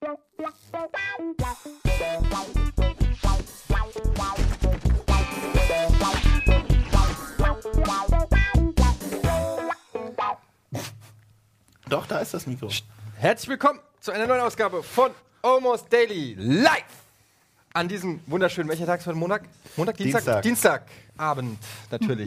Doch, da ist das Mikro. Herzlich willkommen zu einer neuen Ausgabe von Almost Daily live. An diesem wunderschönen, welcher Tag ist heute? Montag? Dienstag? Dienstagabend, natürlich.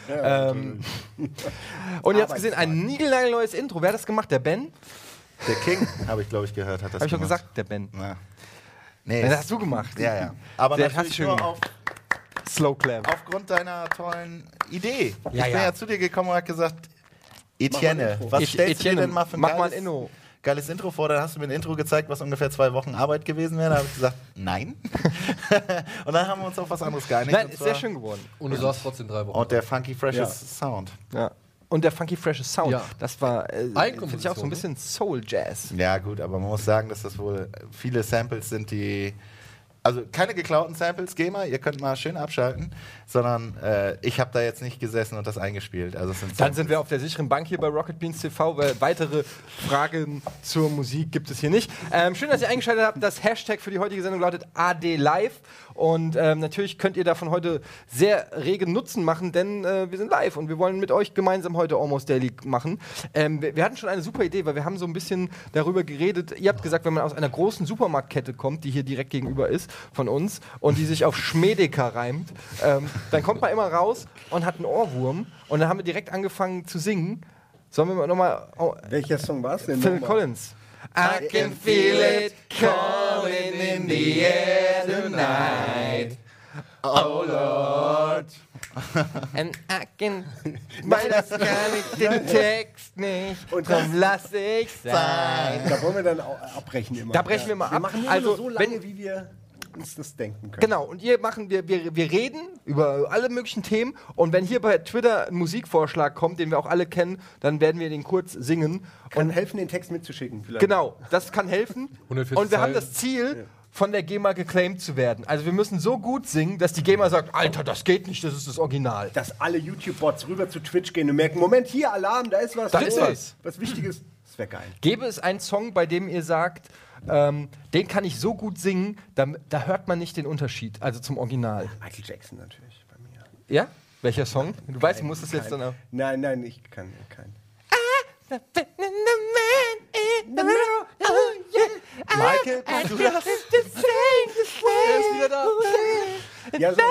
Und ihr habt gesehen, ein niegelnagelneues Intro. Wer hat das gemacht? Der Ben? Der King, habe ich, glaube ich, gehört. Hat das Habe ich schon gemacht. gesagt, der Ben. Na. Nee, Das hast du gemacht. Ja. Aber Der natürlich hast du schön nur gemacht. Slow Clap. aufgrund deiner tollen Idee. Ja, ich bin ja. ja zu dir gekommen und habe gesagt, Etienne, was stellst du dir denn mal für ein Mach mal ein Inno. geiles Intro vor? Dann hast du mir ein Intro gezeigt, was ungefähr 2 Wochen Arbeit gewesen wäre. Da habe ich gesagt, nein. Und dann haben wir uns auf was anderes geeinigt. Nein, und ist zwar- sehr schön geworden. Und du saßt trotzdem 3 Wochen. Und der funky freshes Sound. Ja. Und der funky freshe Sound, Ja. das war, finde ich auch so ein Eigenkomposition, bisschen Soul-Jazz. Ja gut, aber man muss sagen, dass das wohl viele Samples sind, die... Also keine geklauten Samples, GEMA, ihr könnt mal schön abschalten, sondern ich habe da jetzt nicht gesessen und das eingespielt. Also es sind Dann sind wir auf der sicheren Bank hier bei Rocket Beans TV, weil weitere Fragen zur Musik gibt es hier nicht. Schön, dass ihr eingeschaltet habt. Das Hashtag für die heutige Sendung lautet ADLive. Und natürlich könnt ihr davon heute sehr rege Nutzen machen, denn wir sind live und wir wollen mit euch gemeinsam heute Almost Daily machen. Wir hatten schon eine super Idee, weil wir haben so ein bisschen darüber geredet. Ihr habt gesagt, wenn man aus einer großen Supermarktkette kommt, die hier direkt gegenüber ist von uns und die sich auf Schmedeka reimt, dann kommt man immer raus und hat einen Ohrwurm. Und dann haben wir direkt angefangen zu singen. Sollen wir nochmal... Oh, Welcher Song war es denn? Phil nochmal? Collins. I can feel it calling in the air tonight. Oh Lord. And I can... Weil das kann ich den Text nicht. Und Drum lass ich sein. Da wollen wir dann auch abbrechen immer. Da brechen wir mal Wir ab. machen nur Also, so lange, wie wir uns das denken können. Genau, und wir reden über alle möglichen Themen und wenn hier bei Twitter ein Musikvorschlag kommt, den wir auch alle kennen, dann werden wir den kurz singen. Kann helfen, den Text mitzuschicken. Vielleicht. Genau, das kann helfen. 140 Und wir haben Zeilen. das Ziel, von der GEMA geclaimed zu werden. Also wir müssen so gut singen, dass die GEMA sagt, Alter, das geht nicht, das ist das Original. Dass alle YouTube-Bots rüber zu Twitch gehen und merken, Moment, hier, Alarm, da ist was. Da ist was. Was Wichtiges. Das wäre geil. Gäbe es einen Song, bei dem ihr sagt, den kann ich so gut singen, da hört man nicht den Unterschied, also zum Original. Michael Jackson natürlich bei mir. Ja? Welcher Song? Du weißt, du musst es jetzt dann auch... Nein, ich kann keinen. Michael, bist du das? Er ist wieder da. Ja, so.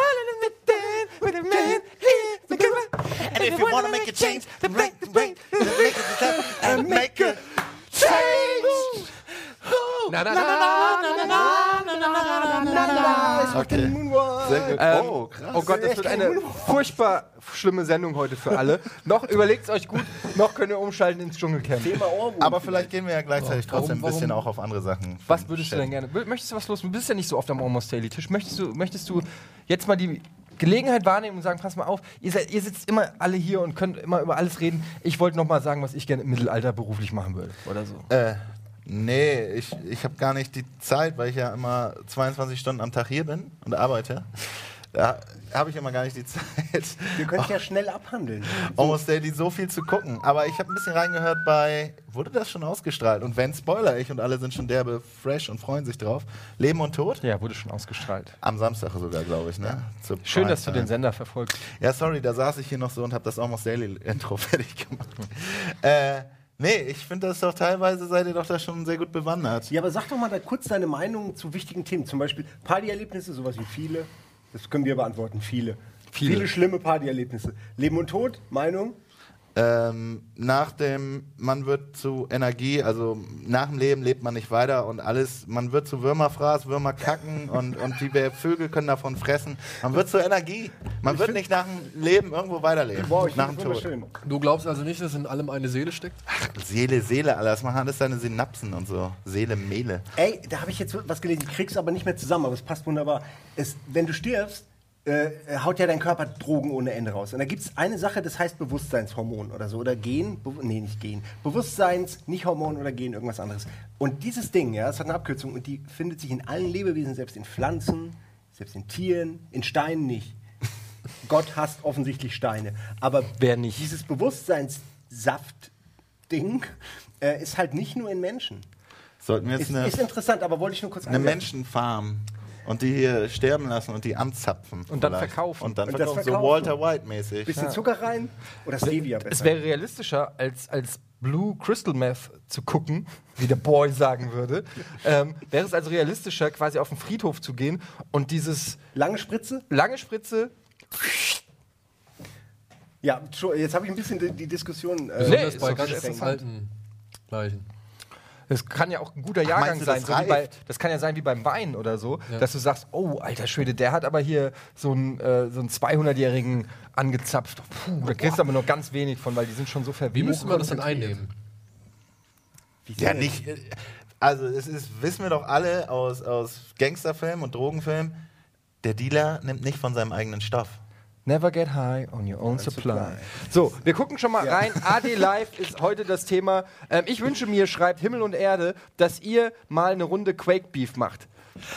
And if you wanna make a change, then make a change. Na, na, na, na, na, na, na, na, na, na. Okay. Sehr gut. Oh, krass. Oh Gott, das wird eine furchtbar schlimme Sendung heute für alle. Noch überlegt es euch gut, noch könnt ihr umschalten ins Dschungelcamp. Thema Ohrwurm. Aber vielleicht gehen wir ja gleichzeitig trotzdem ein Warum- bisschen auch auf andere Sachen. Was würdest du denn gerne? Möchtest du was los? Du bist ja nicht so oft am Almost Daily Tisch. Möchtest du jetzt mal die Gelegenheit wahrnehmen und sagen, pass mal auf, ihr sitzt immer alle hier und könnt immer über alles reden. Ich wollte noch mal sagen, was ich gerne im Mittelalter beruflich machen würde oder so. Nee, ich habe gar nicht die Zeit, weil ich ja immer 22 Stunden am Tag hier bin und arbeite. Da habe ich immer gar nicht die Zeit, Wir können es ja schnell abhandeln. Almost Daily so viel zu gucken. Aber ich habe ein bisschen reingehört bei, wurde das schon ausgestrahlt? Und wenn, spoiler ich und alle sind schon derbe fresh und freuen sich drauf. Leben und Tod? Ja, wurde schon ausgestrahlt. Am Samstag sogar, glaube ich, ne? Zur Schön, dass du Primetime. den Sender verfolgst. Ja, sorry, da saß ich hier noch so und habe das Almost Daily Intro fertig gemacht. Nee, ich finde das doch teilweise, seid ihr doch da schon sehr gut bewandert. Ja, aber sag doch mal da kurz deine Meinung zu wichtigen Themen. Zum Beispiel Partyerlebnisse, sowas wie viele. Das können wir beantworten, viele. Viele schlimme Partyerlebnisse. Leben und Tod, Meinung? Nach dem, man wird zu Energie, also nach dem Leben lebt man nicht weiter und alles, man wird zu Würmerfraß, Würmer kacken und die Vögel können davon fressen. Man wird zu Energie. Man wird nicht nach dem Leben irgendwo weiterleben. Wow, ich nach finde dem das Tod. wunderschön. Du glaubst also nicht, dass in allem eine Seele steckt? Seele, alles machen alles deine Synapsen und so. Seele, Mehle. Ey, da habe ich jetzt was gelesen, ich krieg's aber nicht mehr zusammen, aber es passt wunderbar. Wenn du stirbst, haut ja dein Körper Drogen ohne Ende raus. Und da gibt es eine Sache, das heißt Bewusstseinshormon oder so. Oder Gen, nee, nicht Gen. Nicht Hormon oder Gen, irgendwas anderes. Und dieses Ding, ja, das hat eine Abkürzung und die findet sich in allen Lebewesen, selbst in Pflanzen, selbst in Tieren, in Steinen nicht. Gott hasst offensichtlich Steine. Aber Wer nicht? dieses Bewusstseinssaft-Ding ist halt nicht nur in Menschen. Sollten wir jetzt Ist interessant, aber wollte ich nur kurz eine anmerken. Menschenfarm und die hier sterben lassen und die anzapfen. Und dann vielleicht. verkaufen. Und dann Und das verkaufen. So verkaufen. Walter White-mäßig. Bisschen Zucker rein oder Stevia besser? Es wäre realistischer, als Blue Crystal Meth zu gucken, wie der Boy sagen würde. Wäre es also realistischer, quasi auf den Friedhof zu gehen und dieses Lange Spritze? lange Spritze. Ja, jetzt habe ich ein bisschen die Diskussion. Besonders ist bei doch ganz interessant. alten Leichen. Das kann ja auch ein guter Jahrgang meinst du, sein. das So wie bei, reift? das kann ja sein wie beim Wein oder so, Ja. dass du sagst, oh, alter Schwede, der hat aber hier so einen 200-Jährigen angezapft. Puh, da kriegst du aber nur ganz wenig von, weil die sind schon so Wie verwirrt. müsste man das dann einnehmen? Ja, nicht. Also, wissen wir doch alle aus Gangsterfilmen und Drogenfilmen, der Dealer nimmt nicht von seinem eigenen Stoff. Never get high on your own supply. So, wir gucken schon mal rein. AD Live ist heute das Thema. Ich wünsche mir, schreibt Himmel und Erde, dass ihr mal eine Runde Quake Beef macht.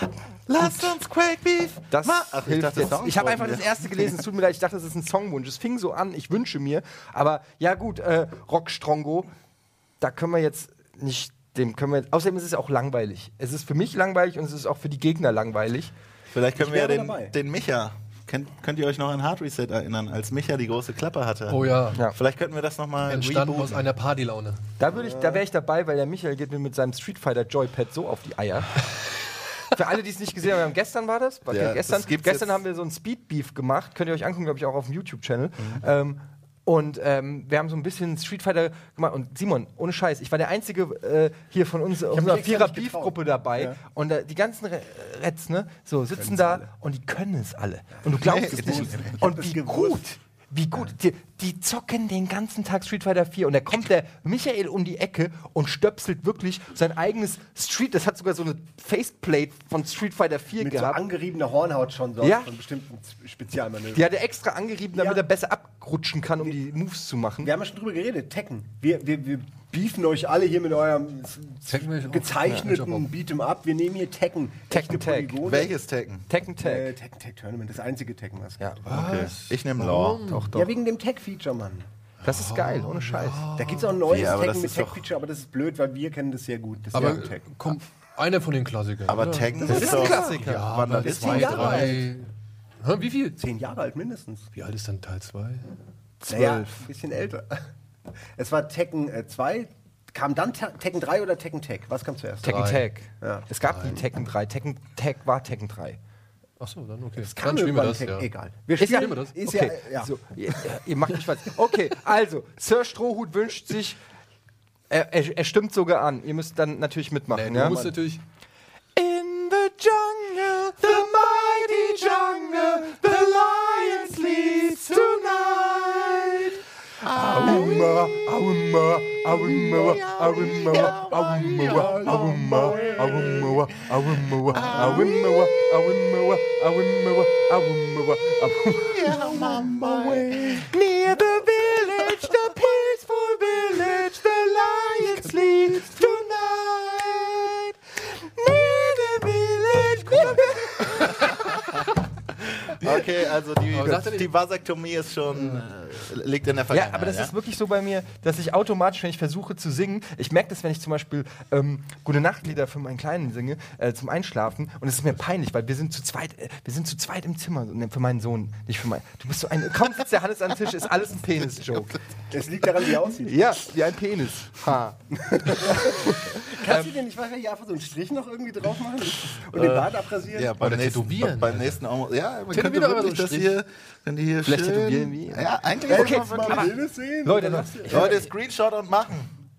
Lasst uns Quake Beef! Das Ach, hilft dachte, jetzt. Songs Ich habe einfach wollten das wir. erste gelesen, es tut mir leid, ich dachte, das ist ein Songwunsch. Es fing so an, ich wünsche mir, aber ja gut, Rockstrongo, da können wir jetzt nicht, außerdem ist es auch langweilig. Es ist für mich langweilig und es ist auch für die Gegner langweilig. Vielleicht können Ich wir ja wäre dabei. den Micha. Könnt ihr euch noch an Hard Reset erinnern, als Micha die große Klappe hatte? Oh ja. Ja. Vielleicht könnten wir das nochmal Entstanden rebooten. aus einer Partylaune. Da wäre ich dabei, weil der Michael geht mir mit seinem Street Fighter Joypad so auf die Eier. Für alle, die es nicht gesehen haben, gestern war das. Ja, Gestern das gibt's gestern jetzt. haben wir so ein Speed Beef gemacht. Könnt ihr euch angucken, glaube ich, auch auf dem YouTube-Channel. Wir haben so ein bisschen Street Fighter gemacht. Und Simon, ohne Scheiß, ich war der Einzige hier von uns, mich unserer extra nicht Vierer-Beef-Gruppe dabei. Ja. Und die ganzen Reds, ne, so sitzen da und die können es alle. Und du glaubst es nicht. Und wie gut. Wie gut. Die zocken den ganzen Tag Street Fighter 4 und da kommt der Michael um die Ecke und stöpselt wirklich sein eigenes das hat sogar so eine Faceplate von Street Fighter 4 mit so gehabt. angeriebener Hornhaut schon so Ja. von bestimmten Spezialmanövern. Die hat er extra angerieben, damit Ja. er besser abrutschen kann, um die Moves zu machen. Wir haben ja schon drüber geredet, Tekken. Wir beefen euch alle hier mit eurem Tekken will ich auch. Ja, gezeichneten ich auch. Beat'em Up. Wir nehmen hier Tekken. Tekken Echte Tag. Polygone. Welches Tekken? Tekken Tag. Tekken Tag Tournament, das einzige Tekken, was es Ja. gibt. Okay. Ich nehme Law. Doch, Ja, wegen dem Tech-Feature, Mann. Das ist geil, ohne Scheiß. Da gibt es auch ein neues Ja, aber das Tekken mit ist doch- Tech-Feature, aber das ist blöd, weil wir kennen das sehr gut. Das Aber Tekken. komm, einer von den Klassikern. Aber oder? Tekken ist ein doch... Klassiker. Ja, Wann aber ist 2, Jahre 3. Hä, wie viel? 10 Jahre alt mindestens. Wie alt ist dann Teil 2? Naja, ein bisschen älter. Es war Tekken 2. Kam dann Tekken 3 oder Tekken Tag? Was kam zuerst? Tekken Drei. Tag. Ja. Es gab die Tekken 3. Tekken Tag war Tekken 3. Achso, dann okay. Es kam Dann spielen wir irgendwann das, Tekken. ja. Egal. Wir Ist ja- Spielen wir das? Ist Okay, ja. so, ihr macht mich was. Okay, also, Sir Strohhut wünscht sich, er stimmt sogar an. Ihr müsst dann natürlich mitmachen. Du ja? musst natürlich. In the jungle, the mighty jungle, the lion sleeps tonight. Auma, auma, auma, auma, auma, auma, auma, auma, auma, auma, near the village, the peaceful village, the lion sleeps tonight. Near the village. Okay, also Aber sagt er nicht- die Vasektomie ist schon... liegt in der Vergangenheit. Ja, aber das ist wirklich so bei mir, dass ich automatisch, wenn ich versuche zu singen, ich merke das, wenn ich zum Beispiel Gute Nachtlieder für meinen Kleinen singe, zum Einschlafen, und es ist mir peinlich, weil wir sind zu zweit im Zimmer, ne, für meinen Sohn, nicht für meinen. Du bist so ein, kaum sitzt der Hannes am Tisch, ist alles ein Penis-Joke. Es liegt daran, wie er aussieht. Ja, wie ein Penis. Ha. Kannst du denn nicht hier einfach so einen Strich noch irgendwie drauf machen und den Bart abrasieren? Ja, Oder tätowieren. Beim nächsten Homo, ja, man könnte Tätowieren aber wirklich so das einen hier, wenn die hier Vielleicht schön... tätowieren wir. Ja, eigentlich Okay, muss man aber- wirklich... Penis sehen? Leute, Leute, Screenshot und machen.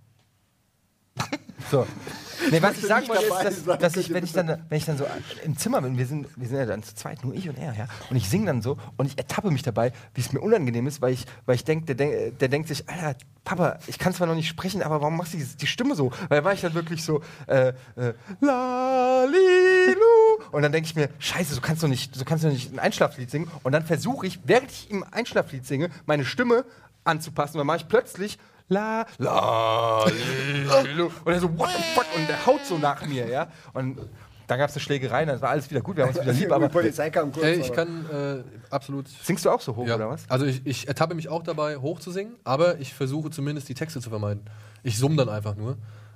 So. Nee, was ich möchte sagen nicht wollte, dabei ist, sein, dass könnt ich, ihr wenn ich dann so im Zimmer bin, wir sind ja dann zu zweit, nur ich und er, ja, und ich singe dann so und ich ertappe mich dabei, wie es mir unangenehm ist, weil ich denke, der denkt sich, Alter, Papa, ich kann zwar noch nicht sprechen, aber warum machst du die Stimme so? Weil da war ich dann wirklich so, Lalilu. Und dann denke ich mir, scheiße, so kannst du nicht ein Einschlaflied singen. Und dann versuche ich, während ich im Einschlaflied singe, meine Stimme anzupassen. Und dann mache ich plötzlich la, Lilu. Und er so, what the fuck? Und der haut so nach mir, ja. Und dann gab es eine Schlägerei, dann war alles wieder gut, wir haben uns wieder lieb, Die aber Polizei kam kurz. Ich aber- kann absolut. singst du auch so hoch, Ja. oder was? Also ich ertappe mich auch dabei, hoch zu singen, aber ich versuche zumindest die Texte zu vermeiden. Ich summe dann einfach nur.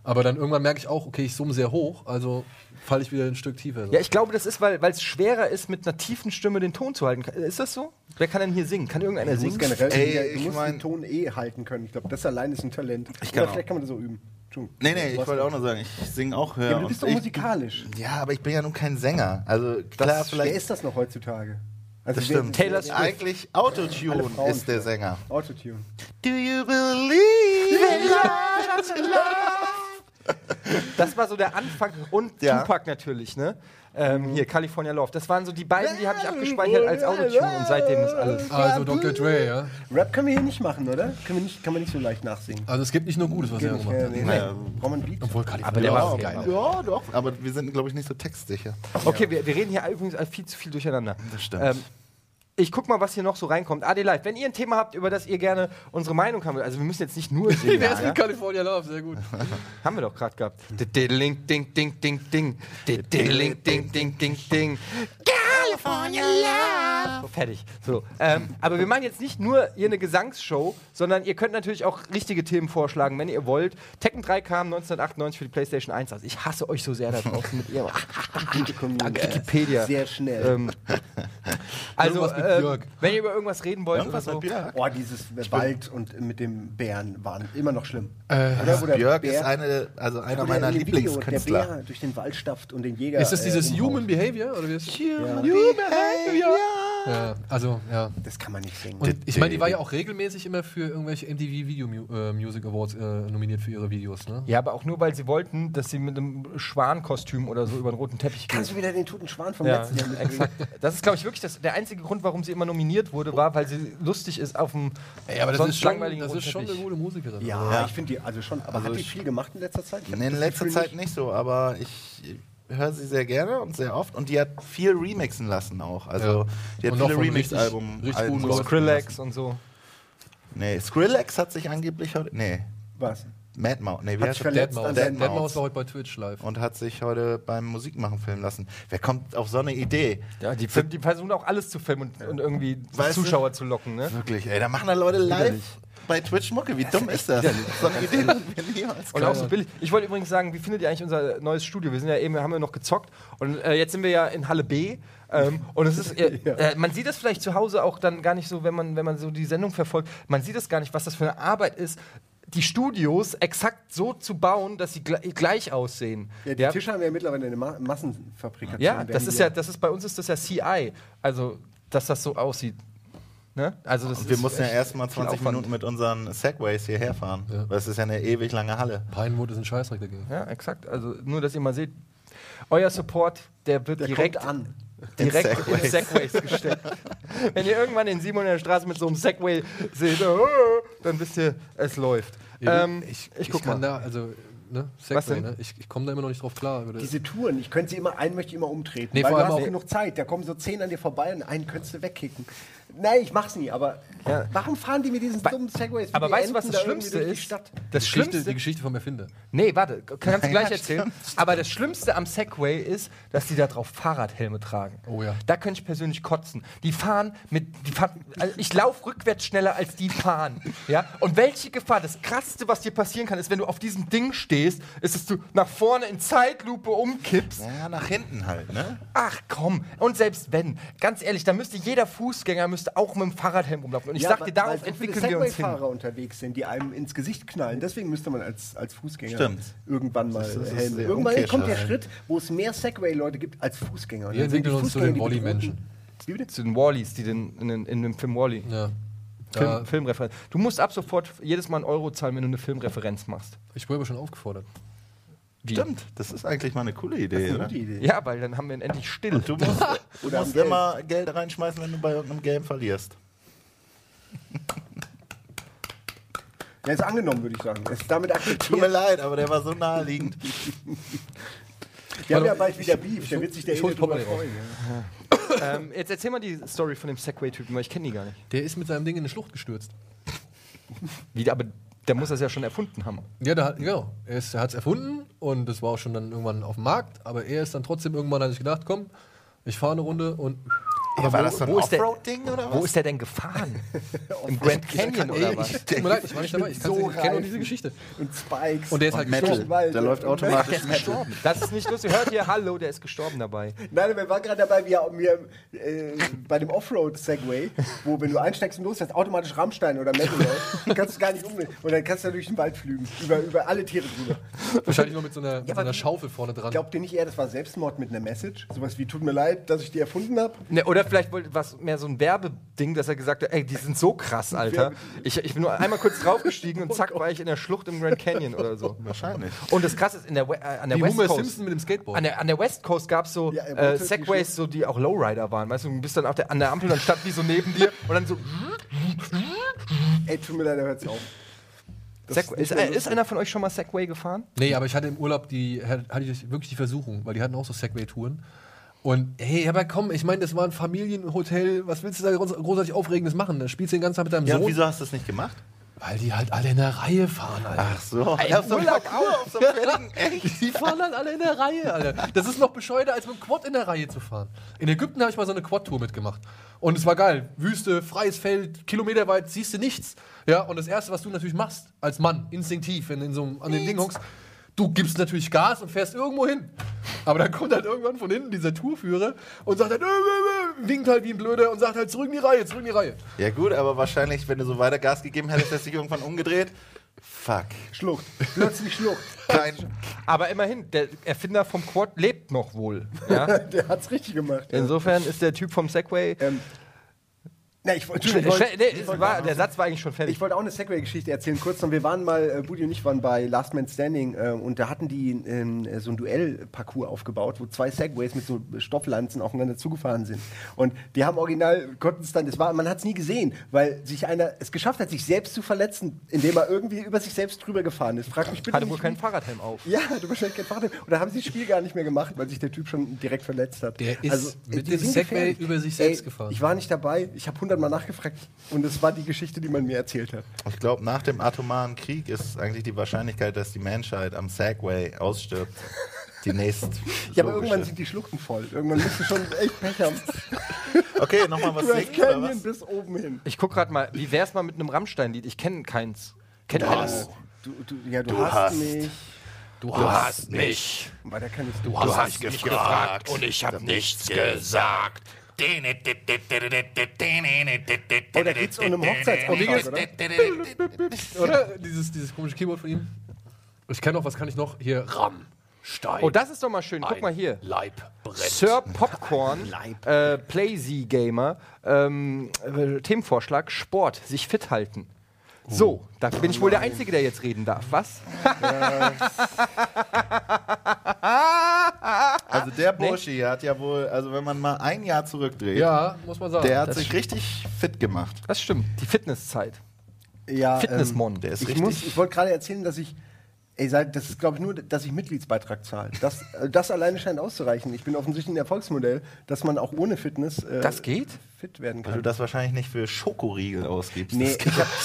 Aber dann irgendwann merke ich auch, okay, ich summe sehr hoch, also falle ich wieder ein Stück tiefer. So. Ja, ich glaube, das ist, weil es schwerer ist, mit einer tiefen Stimme den Ton zu halten. Ist das so? Wer kann denn hier singen? Kann irgendeiner Du musst singen? generell Ey, du ich musst mein- den Ton halten können. Ich glaube, das allein ist ein Talent. Ich Oder kann vielleicht kann man das auch üben. Nee, ich wollte auch nur sagen, ich singe auch höher. Ja, aber du und bist doch ich- musikalisch. Ja, aber ich bin ja nun kein Sänger. Also klar, Das- vielleicht. Wer ist das noch heutzutage? Also Das wer- stimmt. Taylor Swift. Eigentlich Alle Autotune Frauen ist der früher. Sänger. Autotune. Do you believe in love? Das war so der Anfang. Und Ja. Tupac natürlich, ne? Hier, California Love. Das waren so die beiden, die habe ich abgespeichert als Autotune. Und seitdem ist alles. Also Dr. Dre, ja. Rap können wir hier nicht machen, oder? Kann man nicht so leicht nachsingen. Also es gibt nicht nur Gutes, was er gemacht hat. Nee. Naja. Braucht man ein Beat? Obwohl Kalifornien Aber der war auch geil. Ja, doch. Aber wir sind, glaube ich, nicht so textsicher. Okay, wir reden hier übrigens viel zu viel durcheinander. Das stimmt. Ich guck mal, was hier noch so reinkommt. AD Live, wenn ihr ein Thema habt, über das ihr gerne unsere Meinung haben wollt, also wir müssen jetzt nicht nur singen. Der ist ja? mit California Love, sehr gut. Haben wir doch gerade gehabt. Diddling, ding, ding, ding, ding. Diddling, ding, ding, ding, ding. California Love. So, fertig. So, aber wir machen jetzt nicht nur hier eine Gesangsshow, sondern ihr könnt natürlich auch richtige Themen vorschlagen, wenn ihr wollt. Tekken 3 kam 1998 für die PlayStation 1 raus. Ich hasse euch so sehr da draußen mit ihr. Gute Community. Wikipedia. Sehr schnell. Also, Irgendwas mit Björk. wenn ihr über irgendwas reden wollt Irgendwas oder so. mit Björk. Oh, dieses Wald und mit dem Bären waren immer noch schlimm. Oder wo der Björk ist Bär- einer wo der meiner in dem Video Lieblingskünstler. Der Bär durch den Wald stapft und den Jäger. Ist das dieses umhaut. Human Behavior? Oder wie ist das? Ja, also, ja. Das kann man nicht singen. Und ich meine, die war ja auch regelmäßig immer für irgendwelche MTV Video Music Awards nominiert für ihre Videos, ne? Ja, aber auch nur, weil sie wollten, dass sie mit einem Schwankostüm oder so über den roten Teppich Kannst geht. du wieder den toten Schwan vom Ja, letzten Jahr mitbringen? exakt. Das ist, glaube ich, wirklich der einzige Grund, warum sie immer nominiert wurde, war, weil sie lustig ist auf dem Ey, aber das sonst ist schon, langweiligen das roten ist schon eine Teppich. gute Musikerin. Ja, Ja. ich finde die also schon. Aber Also hat die ich- viel gemacht in letzter Zeit? Ich hab In das letzter Gefühl Zeit nicht so, aber ich höre sie sehr gerne und sehr oft. Und die hat viel remixen lassen auch. Also Ja. die hat Und noch viele von Remix-Alben. richtig Alben guten So Leuten. Skrillex und so. Nee, Skrillex hat sich angeblich heute. Nee, Was? Mad Mouse. Nee, wie Hat heißt sich das? verletzt Deadmau5 an Deadmau5. seinen Deadmau5 war heute bei Twitch live. Und hat sich heute beim Musikmachen filmen lassen. Wer kommt auf so eine Idee? Ja, die versuchen auch alles zu filmen und irgendwie Weißt du? Zuschauer zu locken, ne? Wirklich, ey, da machen da Leute live bei Twitch Mucke. Wie dumm ist das? So eine Idee würden wir niemals Und auch so billig. Ich wollte übrigens sagen, wie findet ihr eigentlich unser neues Studio? Wir sind ja eben, haben ja noch gezockt und jetzt sind wir ja in Halle B. Und es ist, man sieht das vielleicht zu Hause auch dann gar nicht so, wenn man so die Sendung verfolgt, man sieht es gar nicht, was das für eine Arbeit ist, die Studios exakt so zu bauen, dass sie gleich aussehen. Ja, die Tische haben ja mittlerweile eine Massenfabrikation. Ja, das werden ist bei uns ist das ja CI, also dass das so aussieht. Ne? Also das Wir ist mussten ja echt erstmal viel 20 Aufwand. Minuten mit unseren Segways hierher fahren. Ja. Weil es ist ja eine ewig lange Halle. Pinewood ist ein Scheißdreck dagegen. Ja, exakt. Also nur, dass ihr mal seht, euer Support, der wird Der direkt kommt an. direkt In in Segways. Segways gestellt. Wenn ihr irgendwann den Simon in der Straße mit so einem Segway seht, dann wisst ihr, es läuft. Ich guck kann mal. da, also, ne, Was Segway, denn? ne? Ich komme da immer noch nicht drauf klar. Über das. Diese Touren, ich könnte sie immer, einen möchte ich immer umtreten. Nee, weil vor du allem hast auch- genug Zeit, da kommen so 10 an dir vorbei und einen könntest du wegkicken. Nein, ich mach's nie, aber Ja. warum fahren die mit diesen dummen Segways? wie Aber die weißt du, was Enten das da irgendwie Schlimmste durch die ist? Stadt? Das Schlimmste, Die Geschichte vom Erfinder. nee, warte, kannst du gleich Ja, erzählen. Aber das Schlimmste am Segway ist, dass die da drauf Fahrradhelme tragen. Oh ja. Da könnte ich persönlich kotzen. Also ich laufe rückwärts schneller als die fahren. Ja? Und welche Gefahr? Das Krasseste, was dir passieren kann, ist, wenn du auf diesem Ding stehst, ist, dass du nach vorne in Zeitlupe umkippst. Ja, nach hinten halt, ne? Ach komm, und selbst wenn, ganz ehrlich, da müsste jeder Fußgänger auch mit dem Fahrradhelm rumlaufen. Und ich sag dir, weil darauf so viele entwickeln wir uns hin. Segway-Fahrer unterwegs sind, die einem ins Gesicht knallen. Deswegen müsste man als Fußgänger Stimmt. irgendwann mal Das ist Helme. der Irgendwann kommt der Umkehrschritt. Schritt, wo es mehr Segway-Leute gibt als Fußgänger. Und Wir dann sind die entwickeln uns zu Fußgänger den die Wall-E-Menschen. Bedrohten. Wie bitte? Zu den Wallies, die in dem Film Wall-E. Ja. Da, Filmreferenz. Du musst ab sofort jedes Mal einen Euro zahlen, wenn du eine Filmreferenz machst. ich wurde aber schon aufgefordert. Wie? Stimmt, das ist eigentlich mal eine coole Idee, oder? Gute Idee. Ja, weil dann haben wir ihn endlich still. Du musst, Oder am immer Geld reinschmeißen, wenn du bei irgendeinem Game verlierst. Ja, ist angenommen, würde ich sagen. Ist damit Tut mir akzeptiert. leid, aber der war so naheliegend. Wir haben ja bald wieder Beef, da wird sich der ich hol Ede drüber Portemonnaie freuen. Jetzt erzähl mal die Story von dem Segway-Typen, weil ich kenne die gar nicht. Der ist mit seinem Ding in eine Schlucht gestürzt. Wie, aber der muss das ja schon erfunden haben. Ja, genau. Er hat es erfunden und das war auch schon dann irgendwann auf dem Markt, aber er ist dann trotzdem irgendwann, hat sich gedacht, komm, ich fahre eine Runde und Aber war das so ein wo ist der- Offroad-Ding oder was? Wo ist der denn gefahren? Im Grand Canyon oder was? Tut mir leid, ich war nicht dabei. Ich so kenne nur diese Geschichte. Und Spikes. Und der ist halt Metal. gestorben. Da läuft automatisch Der ist gestorben. Das ist nicht lustig. Hört ihr, hallo, der ist gestorben dabei. Nein, wir waren gerade dabei, wie wir bei dem Offroad-Segway, wo, wenn du einsteigst und losfährst, automatisch Rammstein oder Metal läuft, kannst du gar nicht umdrehen. Und dann kannst du durch den Wald flügen, über alle Tiere drüber. Wahrscheinlich nur mit so einer, mit so aber einer Schaufel vorne dran. Glaubt ihr nicht eher, das war Selbstmord mit einer Message? Sowas wie, tut mir leid, dass ich die erfunden habe? Ne, oder vielleicht wollte was mehr so ein Werbeding, dass er gesagt hat, ey, die sind so krass, Alter. Ich bin nur einmal kurz draufgestiegen und zack, war ich in der Schlucht im Grand Canyon oder so. Wahrscheinlich. Und das Krasse ist, an der Wie West Homer Coast, Simpson mit dem Skateboard. an der West Coast gab es so Ja, er wollte Segways, so, die auch Lowrider waren. Weißt du, du bist dann an der Ampel und dann stand die so neben dir und dann so. Ey, tut mir leid, hört's auf. Ist einer von euch schon mal Segway gefahren? Nee, aber ich hatte im Urlaub hatte ich wirklich die Versuchung, weil die hatten auch so Segway-Touren. Und hey, aber komm, ich meine, das war ein Familienhotel, was willst du da großartig Aufregendes machen? Da spielst du den ganzen Tag mit deinem Ja, Sohn. wieso hast du das nicht gemacht? Weil die halt alle in der Reihe fahren, Alter. Ach so. Ey, auf so einem Urlaub Parcours, auf so einem fertigen, echt? Die fahren halt alle in der Reihe, Alter. Das ist noch bescheuerter, als mit dem Quad in der Reihe zu fahren. In Ägypten habe ich mal so eine Quad-Tour mitgemacht. Und es war geil. Wüste, freies Feld, kilometerweit, siehst du nichts. Ja, und das Erste, was du natürlich machst, als Mann, instinktiv, wenn du in so an den Ding hockst, du gibst natürlich Gas und fährst irgendwo hin. Aber dann kommt halt irgendwann von hinten dieser Tourführer und sagt halt, winkt halt wie ein Blöder und sagt halt, zurück in die Reihe, zurück in die Reihe. Ja gut, aber wahrscheinlich, wenn du so weiter Gas gegeben hättest, hättest du dich irgendwann umgedreht. Fuck. Schlucht. Plötzlich Schlucht. Kein Aber immerhin, der Erfinder vom Quad lebt noch wohl. Ja? Der hat's richtig gemacht. Insofern ist der Typ vom Segway. Na, Der Satz war eigentlich schon fertig. Ich wollte auch eine Segway-Geschichte erzählen, kurz noch. Wir waren mal, Budi und ich waren bei Last Man Standing und da hatten die so ein Duell-Parcours aufgebaut, wo 2 Segways mit so Stofflanzen aufeinander zugefahren sind. Und die haben original, konnten es dann, man hat es nie gesehen, weil sich einer es geschafft hat, sich selbst zu verletzen, indem er irgendwie über sich selbst drüber gefahren ist. Frag mich bitte Hatte wohl nicht, keinen Fahrradhelm auf. Ja, du wahrscheinlich kein Fahrradhelm. Und da haben sie das Spiel gar nicht mehr gemacht, weil sich der Typ schon direkt verletzt hat. Der ist mit die dem sind Segway gefährlich. über sich selbst gefahren. Ich war nicht dabei, ich habe 100 Mal nachgefragt und es war die Geschichte, die man mir erzählt hat. Ich glaube, nach dem atomaren Krieg ist eigentlich die Wahrscheinlichkeit, dass die Menschheit am Segway ausstirbt, die nächste. Ja, aber irgendwann sind die Schluchten voll. Irgendwann musst du schon echt Pech haben. Okay, nochmal was Grand singen oder Canyon was? bis oben hin. Ich guck gerade mal, wie wär's mal mit einem Rammstein-Lied? Ich kenne keins. Kennt einer? Du hast mich. Du hast mich. Weiter kann ich Du hast mich gefragt und ich habe nichts gesagt. Oh, da geht's um einen Hochzeitsantrag, oder? Oder? Dieses komische Keyboard von ihm. Ich kenne noch, was kann ich noch? Hier, Rammstein. Oh, das ist doch mal schön. Guck mal hier. Leib brennt. Sir Popcorn, Playsy Gamer, Themenvorschlag: Sport, sich fit halten. So, da bin ich wohl der Einzige, der jetzt reden darf. Was? Also der Bursche hier hat ja wohl, also wenn man mal ein Jahr zurückdreht, Ja, muss man sagen. der hat sich richtig fit gemacht. Das stimmt. Die Fitnesszeit. Ja, Fitnessmon. Der ist ich richtig. wollte gerade erzählen, dass ich. Das ist, glaube ich, nur, dass ich Mitgliedsbeitrag zahle. Das alleine scheint auszureichen. Ich bin offensichtlich ein Erfolgsmodell, dass man auch ohne Fitness Das geht? fit werden Weil kann. du das wahrscheinlich nicht für Schokoriegel ausgibst. Nee,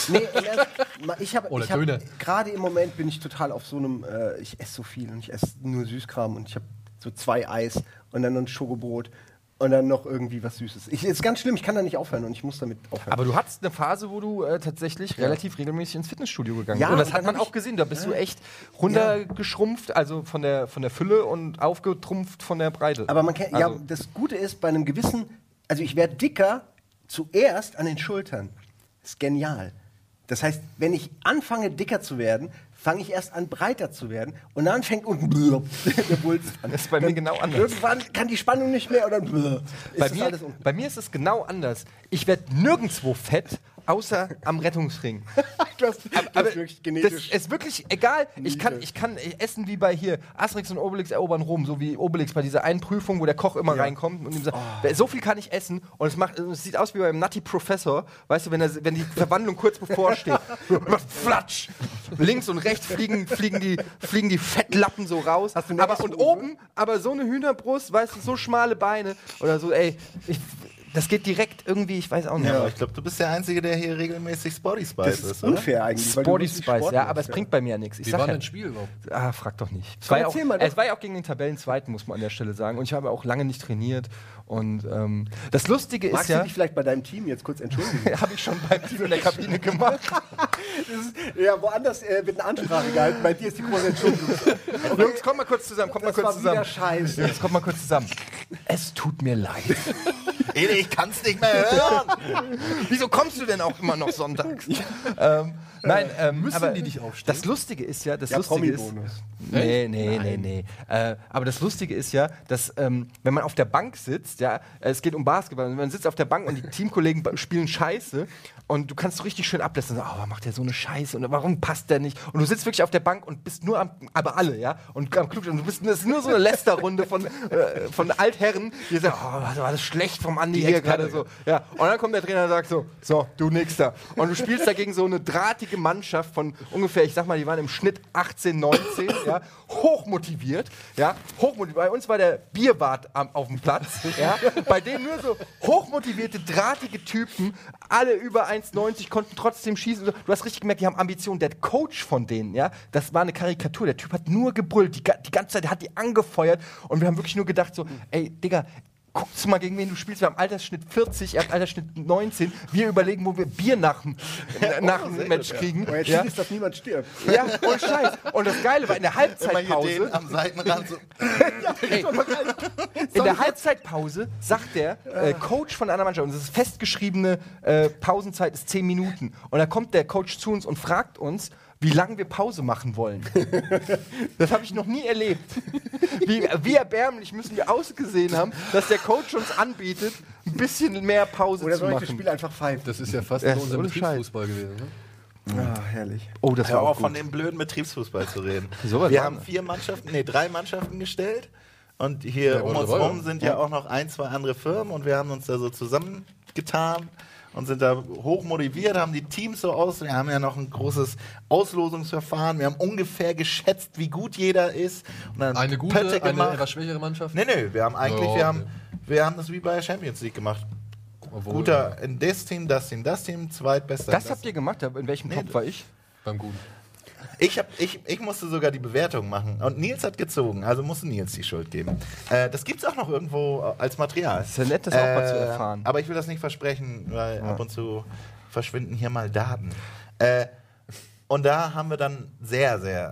Oder Döner. gerade im Moment bin ich total auf so einem, ich esse so viel und ich esse nur Süßkram und ich habe so 2 Eis und dann noch ein Schokobrot und dann noch irgendwie was Süßes. Ist ganz schlimm, ich kann da nicht aufhören und ich muss damit aufhören. Aber du hattest eine Phase, wo du tatsächlich relativ regelmäßig ins Fitnessstudio gegangen Ja, bist. Und das und hat dann man hab auch gesehen. Da bist du echt runtergeschrumpft, also von der Fülle und aufgetrumpft von der Breite. Aber man kann, Also- das Gute ist, bei einem gewissen, also ich werde dicker zuerst an den Schultern. Das ist genial. Das heißt, wenn ich anfange, dicker zu werden, fange ich erst an, breiter zu werden und dann fängt unten der Wulst an. Das ist bei mir genau anders. Irgendwann kann die Spannung nicht mehr und dann ist Bei das alles unten. bei mir ist es genau anders. Ich werde nirgendwo fett, außer am Rettungsring. Das ist wirklich genetisch. Das ist wirklich egal. Ich kann essen wie bei hier Asterix und Obelix erobern Rom, so wie Obelix bei dieser einen Prüfung, wo der Koch immer reinkommt und ihm sagt, so viel kann ich essen und es sieht aus wie beim Nutty Professor, weißt du, wenn die Verwandlung kurz bevorsteht. Flatsch! Links und rechts fliegen die Fettlappen so raus. Hast du eine Aber Essbrust, und oben, aber so eine Hühnerbrust, weißt du, so schmale Beine oder so, ey, Das geht direkt irgendwie, ich weiß auch nicht. Ja, aber ich glaube, du bist der Einzige, der hier regelmäßig Sporty Spice Das ist unfair eigentlich. weil du Sporty wirklich Spice, Sport ja, machst, aber es bringt bei mir ja nichts. Ich Wie sag war ja, denn das Spiel überhaupt? frag doch nicht. Es Komm, war, ja auch, erzähl mal, es war ja auch gegen den Tabellenzweiten, muss man an der Stelle sagen. Und ich habe auch lange nicht trainiert. Und das Lustige Magst ist du ja, dich vielleicht bei deinem Team jetzt kurz entschuldigen? habe ich schon beim Team in der Kabine gemacht. Ja, woanders wird eine Ansprache gehalten. Bei dir ist die große Entschuldigung. Jungs, kommt mal kurz zusammen, kommt mal Das kurz war wieder zusammen. scheiße. Jungs, kommt mal kurz zusammen. Es tut mir leid. Ede, ich kann's nicht mehr hören. Wieso kommst du denn auch immer noch sonntags? Nein, Müssen aber die dich aufstellen? das Lustige ist ja, Ja, Promi-Bonus. Nee. Aber das Lustige ist ja, dass wenn man auf der Bank sitzt, ja, es geht um Basketball, man sitzt auf der Bank und die Teamkollegen spielen Scheiße und du kannst so richtig schön ablästern, so, warum macht der so eine Scheiße und warum passt der nicht? Und du sitzt wirklich auf der Bank und bist nur aber alle, ja, und am Klug, und das ist nur so eine Lästerrunde von Altherren, die sagen, war das schlecht vom Andi hier gerade so. Ja. Und dann kommt der Trainer und sagt so, du Nächster. Und du spielst dagegen so eine drahtige Mannschaft von ungefähr, ich sag mal, die waren im Schnitt 18, 19, ja, hochmotiviert, ja, hochmotiviert. Bei uns war der Bierwart auf dem Platz, ja, bei denen nur so hochmotivierte, drahtige Typen, alle über 1,90, konnten trotzdem schießen. Du hast richtig gemerkt, die haben Ambitionen. Der Coach von denen, ja, das war eine Karikatur. Der Typ hat nur gebrüllt, die ganze Zeit, der hat die angefeuert und wir haben wirklich nur gedacht so, ey, Digga, guckst du mal, gegen wen du spielst. Wir haben Altersschnitt 40, er hat Altersschnitt 19. Wir überlegen, wo wir Bier nach dem Match kriegen. Und jetzt Ja? ist, dass niemand stirbt. Ja, und Scheiß. Und das Geile war, in der Immer hier den Halbzeitpause, am Seitenrand so. ey, in der Halbzeitpause sagt der Coach von einer Mannschaft, und das ist festgeschriebene Pausenzeit ist 10 Minuten. Und da kommt der Coach zu uns und fragt uns, wie lange wir Pause machen wollen. Das habe ich noch nie erlebt. Wie erbärmlich müssen wir ausgesehen haben, dass der Coach uns anbietet, ein bisschen mehr Pause Oder zu soll ich das machen. Spiel einfach pfeifen? Das ist ja fast Ja, in unserem ohne Scheiß. Betriebsfußball gewesen. Ne? Ah, herrlich. Oh, das Hör war auch auf, von gut. dem blöden Betriebsfußball zu reden. Sowas Wir war haben das. 3 Mannschaften gestellt. Und hier Ja, um uns wunderbar. rum sind ja auch noch 1, 2 andere Firmen. Und wir haben uns da so zusammengetan und sind da hoch motiviert, haben die Teams so aus. Wir haben ja noch ein großes Auslosungsverfahren. Wir haben ungefähr geschätzt, wie gut jeder ist. Und dann Eine gute, Pötte eine gemacht. etwas schwächere Mannschaft? Nee, wir haben eigentlich, Ja, wir haben das wie bei der Champions League gemacht. Obwohl, Guter in das Team, zweitbester. Das in habt ihr gemacht? In welchem Topf war ich? beim Guten. Ich musste sogar die Bewertung machen. Und Nils hat gezogen, also musste Nils die Schuld geben. Das gibt's auch noch irgendwo als Material. Das ist ja nett, das auch mal zu erfahren. Aber ich will das nicht versprechen, weil ab und zu verschwinden hier mal Daten. Und da haben wir dann sehr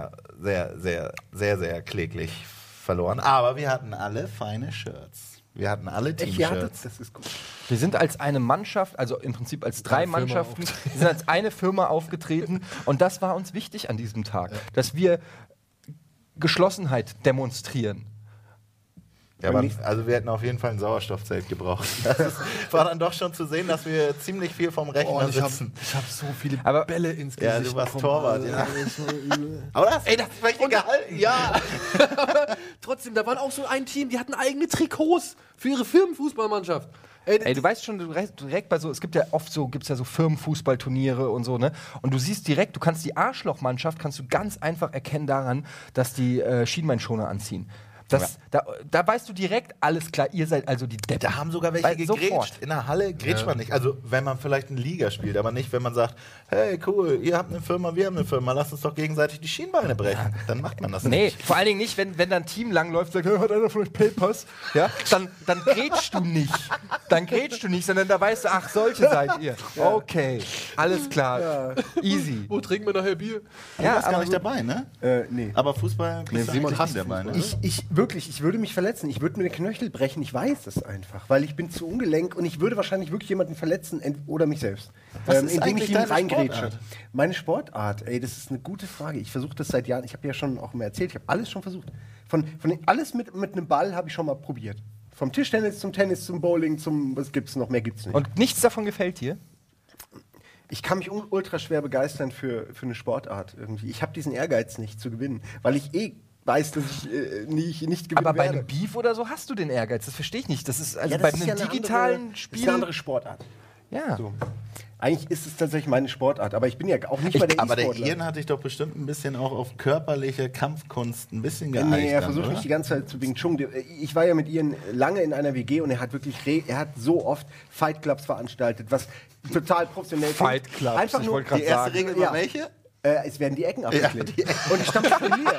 kläglich verloren. Aber wir hatten alle feine Shirts. Wir hatten alle T-Shirts. Das ist gut. Wir sind als eine Mannschaft, also im Prinzip als 3 Eine Firma Mannschaften, wir sind als eine Firma aufgetreten und das war uns wichtig an diesem Tag, dass wir Geschlossenheit demonstrieren. Ja, aber, also wir hätten auf jeden Fall ein Sauerstoffzelt gebraucht. Das war dann doch schon zu sehen, dass wir ziemlich viel vom Rechner ich hab sitzen. so viele Aber- Bälle ins Gesicht Ja, du warst bekommen, Torwart, Alter. ja. Das war übel. Aber das ist richtig gehalten. Ja, trotzdem, da waren auch so ein Team, die hatten eigene Trikots für ihre Firmenfußballmannschaft. Ey, du weißt schon, direkt bei so, es gibt ja oft so, gibt's ja so Firmenfußballturniere und so, ne? Und du siehst direkt, du kannst die Arschlochmannschaft, kannst du ganz einfach erkennen daran, dass die Schienbeinschoner anziehen. Da weißt du direkt, alles klar, ihr seid also die Deppen. Da haben sogar welche gegrätscht. Sofort. In der Halle grätscht man nicht. Also wenn man vielleicht eine Liga spielt, aber nicht, wenn man sagt, hey cool, ihr habt eine Firma, wir haben eine Firma, lasst uns doch gegenseitig die Schienbeine brechen. Dann macht man das Nee, nicht. vor allen Dingen nicht, wenn dann ein Team langläuft und sagt, hat einer von euch Papers? Ja, dann grätschst du nicht. Dann grätschst du nicht, sondern da weißt du, ach, solche seid ihr. Okay, alles klar. Easy. Wo trinken wir nachher Bier? Du warst gar nicht dabei, ne? Nee. Aber Fußball bist du Simon eigentlich hasst nicht dabei, ne? Ich würde mich verletzen. Ich würde mir den Knöchel brechen. Ich weiß es einfach, weil ich bin zu ungelenk und ich würde wahrscheinlich wirklich jemanden verletzen oder mich selbst. Was ist Indem eigentlich ich ihn deine reingrätsche. Sportart? Meine Sportart, ey, das ist eine gute Frage. Ich versuche das seit Jahren. Ich habe ja schon auch mal erzählt, ich habe alles schon versucht. Alles mit einem Ball habe ich schon mal probiert. Vom Tischtennis zum Tennis, zum Bowling, was gibt's noch? Mehr gibt's nicht. Und nichts davon gefällt dir? Ich kann mich ultra schwer begeistern für eine Sportart irgendwie. Ich habe diesen Ehrgeiz nicht zu gewinnen, weil ich weiß, dass ich nicht gewinnen Aber bei werde. einem Beef oder so hast du den Ehrgeiz, das verstehe ich nicht. Das ist also Ja, bei das ist einem ja eine digitalen andere, Spiel. Das ist eine andere Sportart. Ja. So. Eigentlich ist es tatsächlich meine Sportart, aber ich bin ja auch nicht bei der Aber der E-Sportler. Ian hat dich doch bestimmt ein bisschen auch auf körperliche Kampfkunst ein bisschen geeicht. Nee, er dann, versucht oder? mich die ganze Zeit zu Wing Chun. Ich war ja mit Ian lange in einer WG und er hat wirklich, er hat so oft Fight Clubs veranstaltet, was total professionell Fight Clubs, Einfach ich nur, wollte grad Die erste sagen. Regel war welche? es werden die Ecken abgeklebt. die Und ich stand vor mir.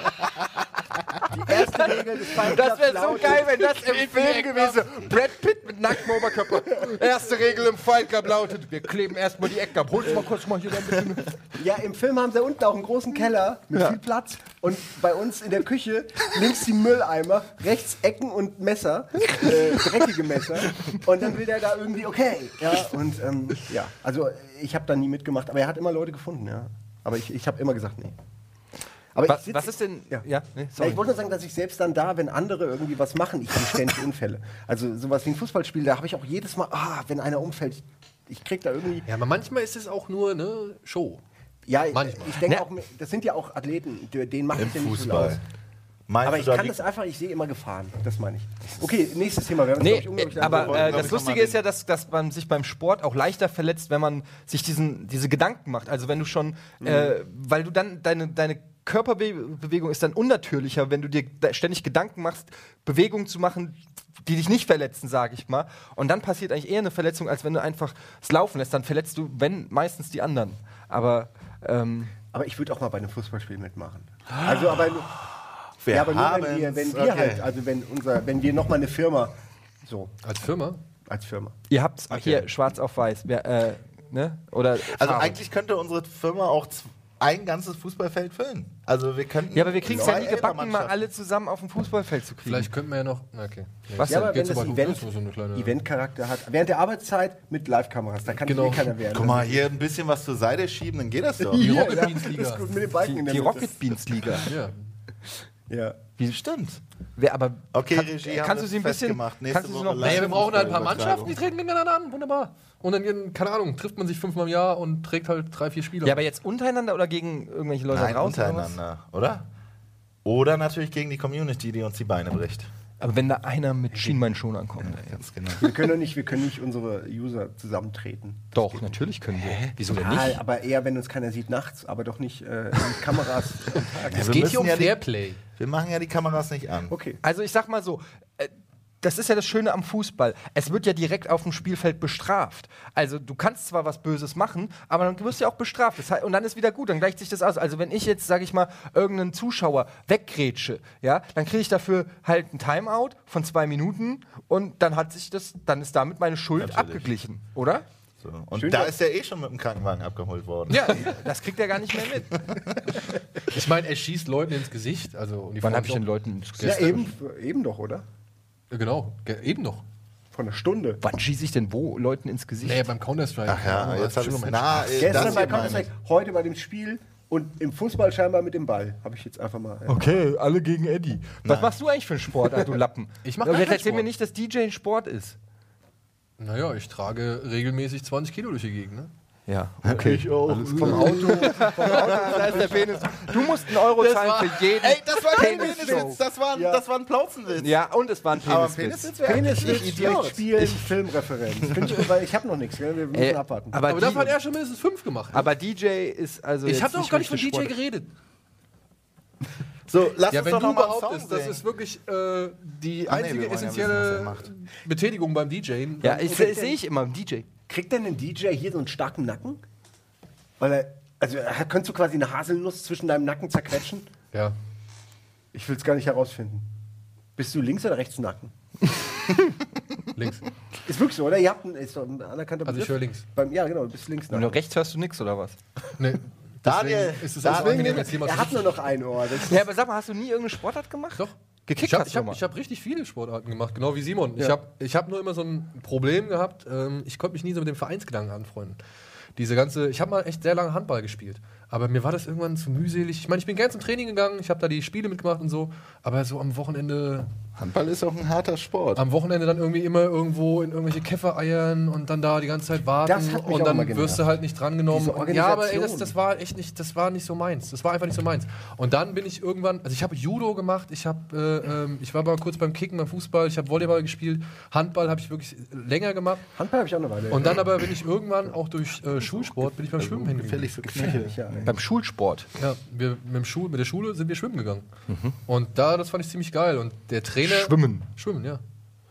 Die erste Regel des Fight Das Clubs wäre so lautet, geil, wenn das im Film gewesen wäre. Brad Pitt mit nacktem Oberkörper. Erste Regel im Fight Club lautet, wir kleben erstmal die Ecken ab. Holst mal kurz mal hier ein bisschen. Ja, im Film haben sie unten auch einen großen Keller mit viel Platz. Und bei uns in der Küche links die Mülleimer, rechts Ecken und Messer, dreckige Messer. Und dann will der da irgendwie, okay. Ja, und ja, also ich habe da nie mitgemacht, aber er hat immer Leute gefunden, ja. Aber ich habe immer gesagt, nee. Aber Was, ich sitz- was ist denn. Ja. Nee, Ja, sorry. ich wollte nur sagen, dass ich selbst dann da, wenn andere irgendwie was machen, ich sehe ständig Unfälle. Also sowas wie ein Fußballspiel, da habe ich auch jedes Mal, wenn einer umfällt, ich krieg da irgendwie. Ja, aber manchmal ist es auch nur eine Show. Ja, Manchmal. ich denke Ne. auch, das sind ja auch Athleten, denen macht Im es ja nicht viel Fußball. aus. Meinst Aber du ich da kann die- das einfach, ich sehe immer Gefahren, das meine ich. Okay, nächstes Thema. Wir haben uns, Nee, glaub ich, unglaublich lange aber wollten, glaub das ich, Lustige noch mal ist ja, dass man sich beim Sport auch leichter verletzt, wenn man sich diese Gedanken macht. Also wenn du schon, weil du dann deine Körperbewegung ist dann unnatürlicher, wenn du dir ständig Gedanken machst, Bewegungen zu machen, die dich nicht verletzen, sage ich mal. Und dann passiert eigentlich eher eine Verletzung, als wenn du einfach es laufen lässt. Dann verletzt du, wenn, meistens die anderen. Aber Aber ich würde auch mal bei einem Fußballspiel mitmachen. Also, aber, Wir ja, aber nur haben's. wenn wir Okay. halt, also wenn wir nochmal eine Firma, so, Als Firma? als Firma. ihr habt es hier schwarz auf weiß. Wer, ne? Oder Also Farbe. eigentlich könnte unsere Firma auch ein ganzes Fußballfeld füllen. Also wir könnten. Ja, aber wir kriegen es ja nie neue gebacken, mal Elfermannschaften. alle zusammen auf dem Fußballfeld zu kriegen. Vielleicht könnten wir ja noch. Na, okay. Nee, Was Ja, denn? aber wenn Geht's das aber gut, Event, ist so eine kleine- Eventcharakter hat, während der Arbeitszeit mit Live-Kameras, da kann Genau. keiner werden. Guck mal, hier ein bisschen was zur Seite schieben, dann geht das doch. Die Ja, Rocket ja, Beans Liga. ist gut mit dem Balken in der Die Mitte. Rocket Beans Liga. Ja. Ja. Wie stimmt? Aber Okay, Regie, haben kannst wir du sie ein bisschen festgemacht. Nächste kannst du sie Woche noch live. Naja, wir brauchen halt ein paar Fußballübertragung. Mannschaften, die treten gegeneinander an. Wunderbar. Und dann, keine Ahnung, trifft man sich 5-mal im Jahr und trägt halt 3-4 Spieler. Ja, aber jetzt untereinander oder gegen irgendwelche Leute Nein, draußen? Oder, untereinander, oder? Oder natürlich gegen die Community, die uns die Beine bricht. was? Aber wenn da einer mit Schienbeinschoner ankommt. ey. Ganz genau. Wir können nicht unsere User zusammentreten. Doch, natürlich können wir. Wieso denn Ja, nicht? aber eher, wenn uns keiner sieht, nachts, aber doch nicht mit Kameras. es wir geht müssen hier um ja die- Fairplay. Wir machen ja die Kameras nicht an. Okay. Also ich sag mal so, das ist ja das Schöne am Fußball. Es wird ja direkt auf dem Spielfeld bestraft. Also du kannst zwar was Böses machen, aber dann wirst du ja auch bestraft. Das heißt, und dann ist wieder gut, dann gleicht sich das aus. Also wenn ich jetzt, sage ich mal, irgendeinen Zuschauer weggrätsche, ja, dann kriege ich dafür halt ein Timeout von 2 Minuten und dann dann ist damit meine Schuld Natürlich. abgeglichen, oder? So. Und Schön, da dass- ist er schon mit dem Krankenwagen abgeholt worden. Ja, das kriegt er gar nicht mehr mit. Ich meine, er schießt Leuten ins Gesicht. Also, und die Wann Frauen habe ich den glauben- Leuten ins Ja, Gesicht? eben doch, oder? Ja, genau, eben noch. Von einer Stunde. Wann schieße ich denn wo Leuten ins Gesicht? Naja, beim Counter-Strike. Ach ja, jetzt habe ich es das Gestern hier bei meine Counter-Strike, heute bei dem Spiel und im Fußball scheinbar mit dem Ball. Habe ich jetzt einfach mal. Okay, alle gegen Eddie. Was machst du eigentlich für einen Sport, du Lappen? Ich mach Aber gar jetzt keinen erzähl mir Sport. nicht, dass DJ ein Sport ist. Naja, ich trage regelmäßig 20 Kilo durch die Gegend. Ne? Ja, okay. Ich auch. Vom Auto, da ist der Penis. Du musst einen Euro zahlen für jeden. Ey, das war kein Penis-Joke. Peniswitz, das war ein Plauzenwitz. Ja, und es war ein Aber Peniswitz. Peniswitz wäre Peniswitz, eigentlich direkt Idiot. spielen, Filmreferenz. Weil ich habe noch nichts, gell? Wir müssen abwarten. aber, Aber dafür hat er schon mindestens 5 gemacht. Ne? aber DJ ist also. Ich jetzt habe doch gar nicht von wirklich DJ ein Sport. geredet. So, lass Ja, uns wenn doch du noch mal einen Song behauptest, das singen. ist wirklich die Ach nee, einzige wir wollen ja wissen, was er essentielle macht. Betätigung beim DJen. Ja, dann- ich sehe ich immer, DJ. Kriegt denn ein DJ hier so einen starken Nacken? Könntest du quasi eine Haselnuss zwischen deinem Nacken zerquetschen? ja. Ich will es gar nicht herausfinden. Bist du links oder rechts Nacken? Links. Ist wirklich so, oder? Ihr habt ist doch ein anerkannter Also ich Begriff. höre links. Ja, genau, du bist links Und Nacken. nur rechts hörst du nichts, oder was? Nee. Daniel, Deswegen ist es da- auch angenehm, als jemand Er hat nur noch ein Ohr. Das Ja, aber sag mal, hast du nie irgendeine Sportart gemacht? Doch. Gekickt Ich habe hast du mal. hab richtig viele Sportarten gemacht, genau wie Simon. Ja. Ich hab nur immer so ein Problem gehabt, ich konnte mich nie so mit dem Vereinsgedanken anfreunden. Ich habe mal echt sehr lange Handball gespielt. Aber mir war das irgendwann zu mühselig. Ich meine, ich bin gern zum Training gegangen, ich habe da die Spiele mitgemacht und so, aber so am Wochenende Handball ist auch ein harter Sport. dann irgendwie immer irgendwo in irgendwelche Käfer eiern und dann da die ganze Zeit warten Das hat mich und auch dann immer genervt. wirst du halt nicht drangenommen. Diese Und ja, aber ey, Organisation. das war echt nicht, das war nicht so meins. Das war einfach nicht so meins. Und dann bin ich irgendwann, also ich habe Judo gemacht, ich war mal kurz beim Kicken, beim Fußball, ich habe Volleyball gespielt, Handball habe ich wirklich länger gemacht. Handball habe ich auch eine Weile. Und dann aber bin ich irgendwann auch durch Schulsport bin ich beim Schwimmen hingegangen. Gefällig so Knöchel. Ja, ey. Beim Schulsport. Ja, mit der Schule sind wir schwimmen gegangen. Und das fand ich ziemlich geil. Und der Trainer. Schwimmen, ja.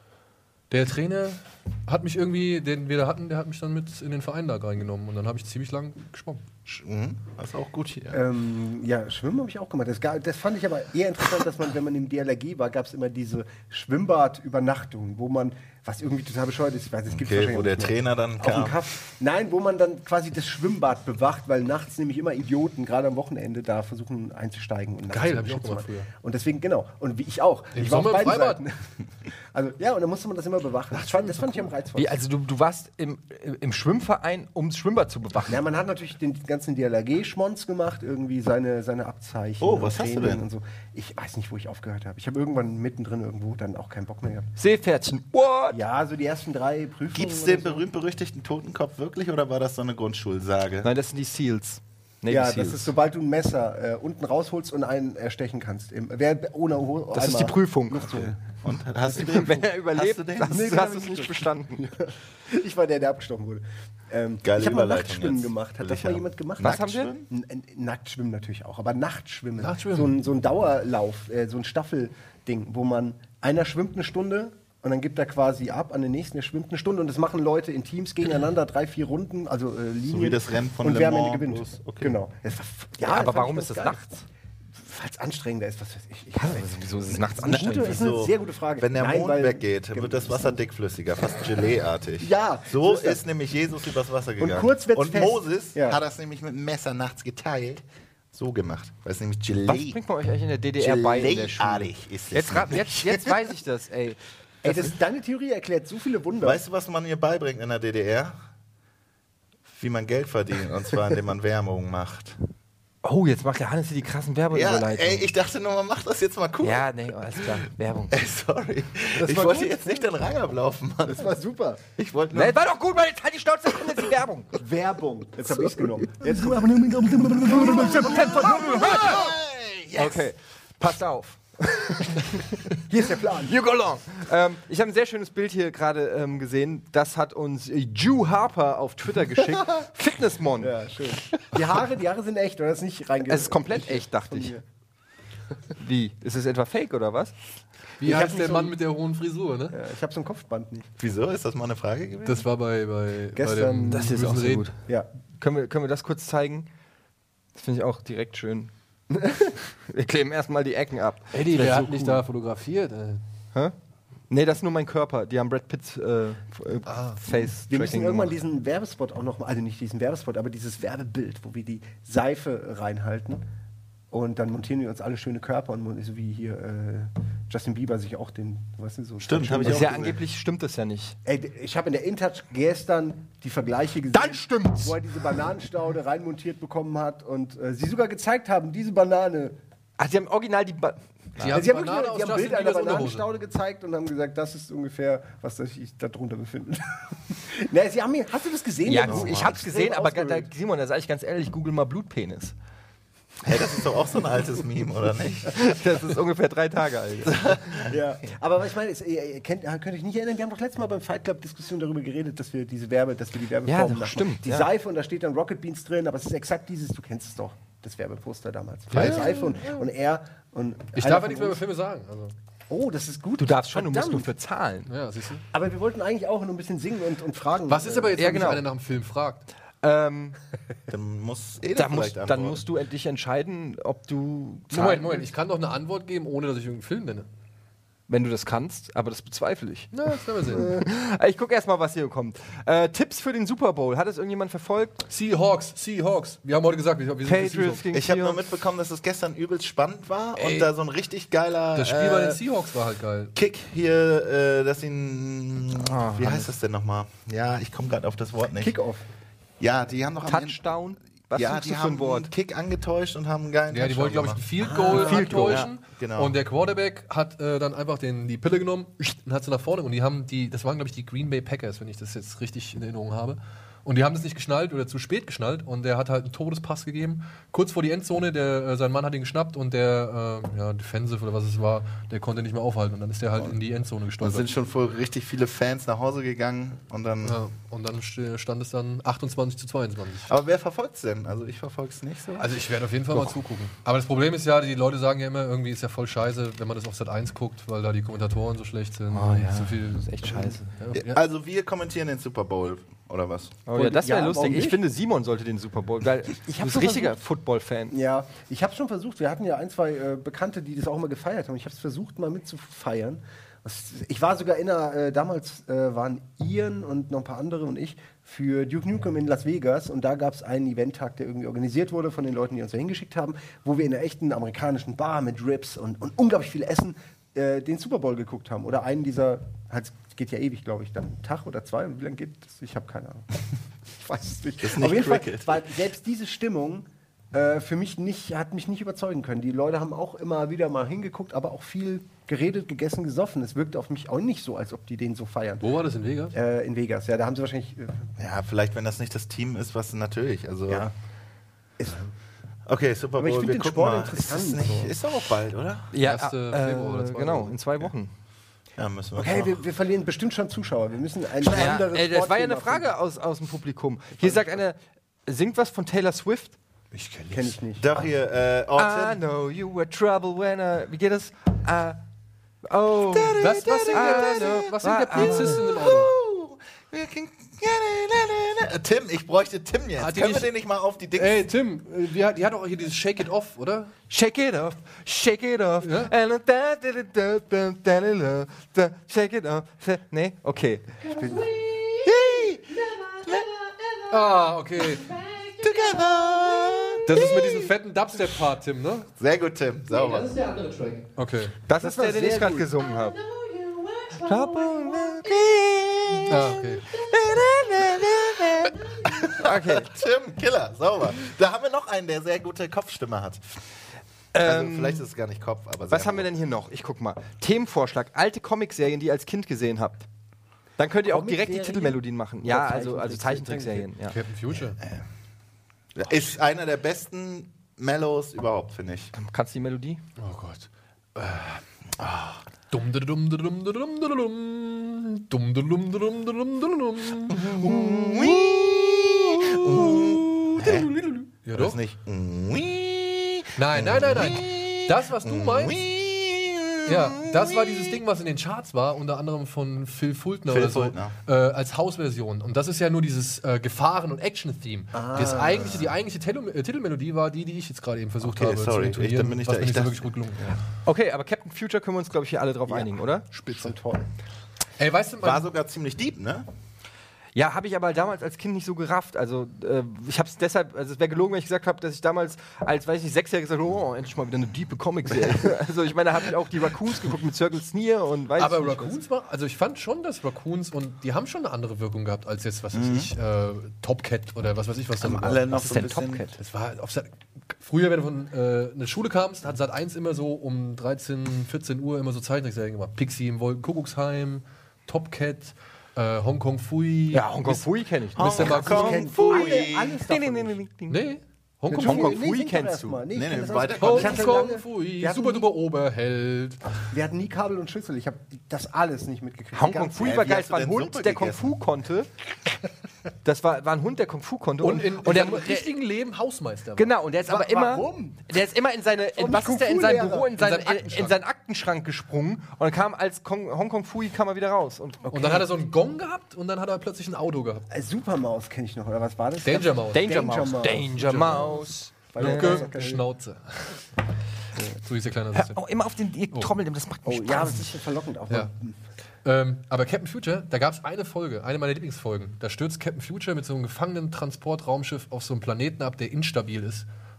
Der Trainer hat mich irgendwie, den wir da hatten, der hat mich dann mit in den Verein da reingenommen. Und dann habe ich ziemlich lang geschwommen. Das ist auch gut hier. Ja, Schwimmen habe ich auch gemacht. Das fand ich aber eher interessant, dass man, wenn man im DLRG war, gab es immer diese Schwimmbadübernachtungen, wo man, was irgendwie total bescheuert ist, ich weiß, es gibt Okay, wo der Trainer dann auf dem kam. Kaff. Nein, wo man dann quasi das Schwimmbad bewacht, weil nachts nämlich immer Idioten, gerade am Wochenende, da versuchen einzusteigen. Und nachts Geil, so hab ich auch Shit zu gemacht machen. früher. Und deswegen, genau. Und wie ich auch. Im Ich war auf Sommer im beiden Freibad. Seiten. Also, ja, und dann musste man das immer bewachen. Das fand ich am reizvollsten. Wie, also du warst im Schwimmverein, um das Schwimmbad zu bewachen? Ja, man hat natürlich den ganzen DLRG-Schmonz gemacht, irgendwie seine Abzeichen. Oh, und was hast du Training denn? Und so. Ich weiß nicht, wo ich aufgehört habe. Ich habe irgendwann mittendrin irgendwo dann auch keinen Bock mehr gehabt. Seepferdchen. What? Ja, so die ersten 3 Prüfungen. Gibt es oder den so. berühmt-berüchtigten Totenkopf wirklich oder war das so eine Grundschulsage? Nein, das sind die Seals. Navy Ja, Seals. das ist, sobald du ein Messer unten rausholst und einen erstechen kannst. Das ist die Prüfung. Und hast du den? Wenn er überlebt, Hast du den? hast Nee, du den hab es ich nicht bestanden. Ich war der abgestochen wurde. Geile ich habe mal Überleitung Nachtschwimmen jetzt. gemacht. Hat Will das ich mal haben. jemand gemacht? Was haben wir? Nacktschwimmen natürlich auch, aber Nachtschwimmen. Nachtschwimmen. So ein Dauerlauf, so ein Staffelding, wo man einer schwimmt eine Stunde und dann gibt er quasi ab an den nächsten, der schwimmt eine Stunde und das machen Leute in Teams gegeneinander, 3, 4 Runden, also Linien. So wie das Rennen von und Le wer am Mans Ende gewinnt. bloß- okay. Genau. Das war, Ja, das aber fand warum ich ist das ganz geil. nachts? Weil es anstrengender ist, was weiß ich. Wieso ist es nachts Das ist anstrengend? eine sehr gute Frage. Wenn der Nein, Mond weil- weggeht, wird das Wasser dickflüssiger, fast Gelee-artig. Ja, So so ist das. ist nämlich Jesus übers Wasser gegangen. kurz wird's Und fest. Moses Ja. hat das nämlich mit dem Messer nachts geteilt. So gemacht. Weil es nämlich Was Gelee. bringt man euch eigentlich in der DDR bei in der Schule? Gelee-artig ist es. Jetzt weiß ich das, ey. Ey, deine Theorie erklärt so viele Wunder. Weißt du, was man mir beibringt in der DDR? Wie man Geld verdient. Und zwar, indem man Werbung macht. Oh, jetzt macht der Hannes hier die krassen Ja, Werbeüberleitungen. ey, ich dachte nur, man macht das jetzt mal cool. Ja, nee, alles klar. Werbung. Ey, sorry. Ich war wollte gut. jetzt nicht den Rang ablaufen, Mann. Das war super. Ich wollte nur... Nee, war doch gut, weil jetzt halt die Schnauze, kommt jetzt die Werbung. Werbung. Jetzt habe ich es genommen. Jetzt Okay, passt auf. hier ist der Plan. You go long. Ich habe ein sehr schönes Bild hier gerade gesehen. Das hat uns Ju Harper auf Twitter geschickt. Fitnessmon. Ja, schön. Die Haare sind echt, oder? Das ist nicht reingegangen. Es ist komplett echt, dachte ich. Wie? Ist es etwa fake oder was? Wie Ich hab heißt nicht der so Mann ein- mit der hohen Frisur, ne? Ja, ich habe so ein Kopfband nicht. Wieso? Ist das mal eine Frage gewesen? Das war bei Gestern- dem Das ist Müssen auch sehr reden. gut. Ja. Können wir das kurz zeigen? Das finde ich auch direkt schön. Wir kleben erstmal die Ecken ab. Eddie, wer hat mich da fotografiert? Hä? Nee, das ist nur mein Körper. Die haben Brad Pitts Face Wir müssen Tracking irgendwann gemacht. diesen Werbespot auch noch mal, also nicht diesen Werbespot, aber dieses Werbebild, wo wir die Seife reinhalten und dann montieren wir uns alle schöne Körper und so wie hier Justin Bieber sich auch den, weißt du, so. Stimmt, hab ich Ist auch ja gesehen. angeblich stimmt das ja nicht. Ey, ich habe in der InTouch gestern die Vergleiche gesehen. Dann stimmt's! Wo er diese Bananenstaude reinmontiert bekommen hat und sie sogar gezeigt haben, diese Banane. Ach, die haben original die Die haben Sie haben, Banane aus wirklich, die haben ein Justin Bild einer Biebers Unterhose. Bananenstaude gezeigt und haben gesagt, das ist ungefähr, was sich da drunter befindet. Na, sie haben mir, hast du das gesehen? Ja, Das ist ich hab's extrem gesehen, aber ausgewählt. Simon, da sag ich ganz ehrlich, google mal Blutpenis. Hey, das ist doch auch so ein altes Meme, oder nicht? Das ist ungefähr 3 Tage alt. Ja, aber was ich meine, ist, ihr könnt euch nicht erinnern, wir haben doch letztes Mal beim Fight Club Diskussion darüber geredet, dass wir die Werbeformen Ja, das nachmachen. stimmt, Die ja. Seife und da steht dann Rocket Beans drin, aber es ist exakt dieses, du kennst es doch, das Werbeposter damals. Ja, Die Seife und er und Ich einer darf ja von nichts mehr über uns. Filme sagen. Also, Oh, das ist gut. Du darfst schon, du musst nur Verdammt. für zahlen. ja, siehst du? Aber wir wollten eigentlich auch nur ein bisschen singen und fragen. Was ist aber jetzt, Ja, wenn mich genau. einer nach dem Film fragt? Ähm, Dann muss Ede da vielleicht dann antworten. musst du endlich entscheiden, ob du zahlen Moment, ich kann doch eine Antwort geben, ohne dass ich irgendeinen Film nenne. wenn du das kannst, aber das bezweifle ich. Na, das werden wir sehen. Ich gucke erst mal, was hier kommt. Tipps für den Super Bowl. Hat es irgendjemand verfolgt? Seahawks. Wir haben heute gesagt, wir sind für Patriots Seahawks. gegen Ich habe nur Seahawks. mitbekommen, dass es gestern übelst spannend war Ey. und da so ein richtig geiler Das Spiel bei den Seahawks war halt geil. Kick hier, dass ihn... Ah, wie heißt das denn nochmal? Ja, ich komme gerade auf das Wort nicht. Kickoff. Ja, die haben doch am Ende... Touchdown. Was Ja, suchst die du für haben ein Wort? einen Kick angetäuscht und haben einen geilen Ja, die wollten, glaube ich, ein Touchdown Field Goal Field Goal, antäuschen. ja, genau. Und der Quarterback hat dann einfach die Pille genommen und hat sie nach vorne. Und das waren, glaube ich, die Green Bay Packers, wenn ich das jetzt richtig in Erinnerung habe. Und die haben das nicht geschnallt oder zu spät geschnallt. Und der hat halt einen Todespass gegeben. Kurz vor die Endzone, sein Mann hat ihn geschnappt und der Defensive oder was es war, der konnte nicht mehr aufhalten. Und dann ist der halt in die Endzone Da gestolpert. sind schon voll richtig viele Fans nach Hause gegangen und dann. Ja, und dann stand es dann 28-22. Aber wer verfolgt's denn? Also ich verfolg's nicht so. Also ich werde auf jeden Fall mal zugucken. Aber das Problem ist ja, die Leute sagen ja immer, irgendwie ist ja voll scheiße, wenn man das auf Sat.1 guckt, weil da die Kommentatoren so schlecht sind. Oh ja, so viel, das ist echt scheiße. Ja. Also wir kommentieren den Super Bowl, oder was? Oh ja, das wäre Ja, lustig. warum Ich nicht? finde, Simon sollte den Super Bowl, weil Ich du hab bist so richtiger versucht. Football-Fan. Ja, ich habe schon versucht. Wir hatten ja ein, zwei Bekannte, die das auch immer gefeiert haben. Ich habe es versucht, mal mitzufeiern. Ich war sogar damals waren Ian und noch ein paar andere und ich für Duke Nukem in Las Vegas. Und da gab es einen Eventtag, der irgendwie organisiert wurde von den Leuten, die uns da hingeschickt haben, wo wir in einer echten amerikanischen Bar mit Ribs und unglaublich viel Essen den Super Bowl geguckt haben. Oder einen dieser, geht ja ewig, glaube ich, dann einen Tag oder zwei. Und wie lange geht das? Ich habe keine Ahnung. Ich weiß es nicht. Ist nicht Auf jeden Cricket. Fall war selbst diese Stimmung für mich hat mich nicht überzeugen können. Die Leute haben auch immer wieder mal hingeguckt, aber auch viel geredet, gegessen, gesoffen. Es wirkte auf mich auch nicht so, als ob die den so feiern. Wo war das, in Vegas? In Vegas, ja, da haben sie wahrscheinlich. Ja, vielleicht, wenn das nicht das Team ist, was natürlich. Also. Ja. Okay, Super Aber ich Bowl, find wir den gucken Sport mal. interessant Ist, das nicht, so. ist doch auch bald, oder? Ja, 1. Februar oder 2. genau, in 2 Wochen. Ja, müssen wir Okay, noch. wir verlieren bestimmt schon Zuschauer. Wir müssen ein Ja, anderes das war ja eine Sportthema Frage aus dem Publikum. Hier sagt einer, singt was von Taylor Swift. Ich kenne finden. Kenn ich nicht. Doch hier, I know you were trouble when wie geht das? Oh. Was singt der Polizist in dem Auto? Tim, ich bräuchte Tim jetzt. Hat die Können wir nicht- den nicht mal auf die Dings... Ey, Tim, die hat auch hier dieses Shake It Off, oder? Shake it off, shake it off. Ja? Shake it off. Nee, okay. Ah, okay. Das ist mit diesem fetten Dubstep-Part, Tim, ne? Sehr gut, Tim. Sauber. ist der andere Track. Okay. Das ist der, den ich sehr gerade gut. gesungen habe. Ah, okay. Okay. Tim, Killer, sauber. Da haben wir noch einen, der sehr gute Kopfstimme hat. Also vielleicht ist es gar nicht Kopf, aber Was haben wir denn hier noch? Ich guck mal. Themenvorschlag. Alte Comicserien, die ihr als Kind gesehen habt. Dann könnt ihr auch direkt die Comicserien? Titelmelodien machen. Ja, Oder also Zeichentrickserien. Ja. Captain Future. Ist einer der besten Mellows überhaupt, finde ich. Kannst du die Melodie? Oh Gott. Dum dum dum dum dum dum dum dum dum dum dum dum. Ja Das doch. ist nicht... Nein. Das, was du meinst, ja, das war dieses Ding, was in den Charts war, unter anderem von Phil Fultner Phil oder so, Fultner. als Hausversion. Und das ist ja nur dieses Gefahren- und Action-Theme. Die eigentliche Titelmelodie war die ich jetzt gerade eben versucht Okay, habe sorry. zu intonieren, Dann bin ich was da- mir nicht ich so wirklich gut gelungen. Ja. Okay, aber Captain Future können wir uns, glaube ich, hier alle drauf einigen, oder? Spitze. Toll. Ey, weißt du, War sogar ziemlich deep, ne? Ja, habe ich aber damals als Kind nicht so gerafft. Also ich habe es deshalb, also es wäre gelogen, wenn ich gesagt habe, dass ich damals als, weiß ich nicht, 6-Jähriger gesagt habe, oh, endlich mal wieder eine diepe Comic-Serie. Also ich meine, da habe ich auch die Raccoons geguckt mit Circle Sneer und weiß aber ich nicht was. Raccoons war, also ich fand schon, dass Raccoons und die haben schon eine andere Wirkung gehabt als jetzt, was weiß ich, Top Cat oder was weiß ich, was da war. Alle noch Was ist so ein denn Top bisschen... Cat? Das war früher, wenn du von einer Schule kamst, hat Sat.1 immer so um 13, 14 Uhr immer so Zeichentrickserien gemacht. Pixie im Wolkenkuckucksheim, Top Cat, Hong Kong Fui. Ja, Hong Kong Fui kenne ich. Mr. Max. Alles davon. Nee, Hong Kong Hong Kong Fui. Fui sing doch kennst erst du. mal. Nee, Nee, ich kenn nee, das weiter. alles. Hong Ich hatte Kong lange- Fui, wir hatten super nie- duper Oberheld. Wir hatten nie Kabel und Schlüssel. Ich habe das alles nicht mitgekriegt. Hong Die Kong ganze- Fui Hä, war wie geil, hast es war du ein denn Hund, Suppe der Kung gegessen? Fu konnte. Das war ein Hund, der Kung Fu konnte. Und in der, seinem richtigen Leben Hausmeister war. genau, und der ist aber immer, warum? der ist immer in seine, Warum was nicht ist der in seinem Kung-Fu-Lehrer? Büro, in seinen Aktenschrank. in seinen Aktenschrank gesprungen und dann kam als Hong Kong Fui kam er wieder raus. Und Und dann hat er so einen Gong gehabt und dann hat er plötzlich ein Auto gehabt. Supermaus kenne ich noch, oder was war das? Danger Mouse. Danger Danger Mouse. Mouse. Danger Mouse. Luke, Schnauze. So hieß der kleine Assistent. Oh, immer auf den ihr trommelt, das macht Oh mich ja, Spaß. das ist verlockend auch. Ja. Aber Captain Future, da gab es eine Folge, eine meiner Lieblingsfolgen. Da stürzt Captain Future mit so einem Gefangenentransportraumschiff auf so einen Planeten ab, der instabil ist.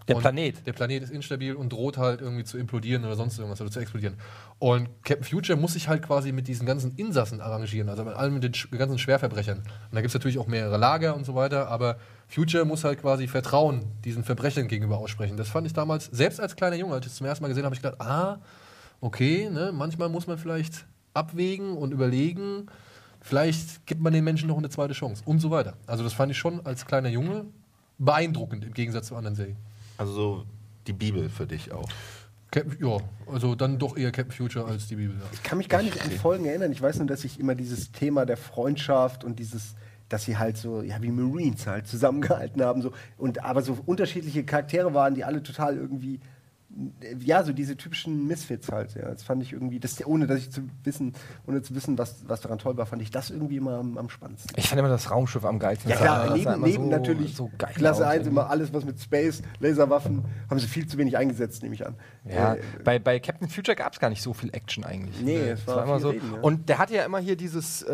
Der Und Planet. Der Planet ist instabil und droht halt irgendwie zu implodieren oder sonst irgendwas oder zu explodieren. Und Captain Future muss sich halt quasi mit diesen ganzen Insassen arrangieren, also mit allen mit den ganzen Schwerverbrechern. Und da gibt es natürlich auch mehrere Lager und so weiter, aber Future muss halt quasi Vertrauen diesen Verbrechern gegenüber aussprechen. Das fand ich damals, selbst als kleiner Junge, als ich es zum ersten Mal gesehen habe, habe ich gedacht, okay, ne, manchmal muss man vielleicht abwägen und überlegen, vielleicht gibt man den Menschen noch eine zweite Chance und so weiter. Also das fand ich schon als kleiner Junge beeindruckend im Gegensatz zu anderen Serien. Also so die Bibel für dich auch. Ja, also dann doch eher Captain Future als die Bibel. Ja. Ich kann mich gar nicht an Folgen erinnern. Ich weiß nur, dass ich immer dieses Thema der Freundschaft und dieses, dass sie halt so, ja, wie Marines halt zusammengehalten haben. So. Aber so unterschiedliche Charaktere waren, die alle total irgendwie, ja, so diese typischen Misfits halt. Ja. Das fand ich irgendwie, ohne zu wissen, was daran toll war, fand ich das irgendwie immer am spannendsten. Ich fand immer das Raumschiff am geilsten. Ja klar, Das sah immer neben natürlich so geil Klasse aus 1 immer alles, was mit Space, Laserwaffen, haben sie viel zu wenig eingesetzt, nehme ich an. Ja, bei Captain Future gab es gar nicht so viel Action eigentlich. Nee, es war immer viel so. Reden, ja. Und der hatte ja immer hier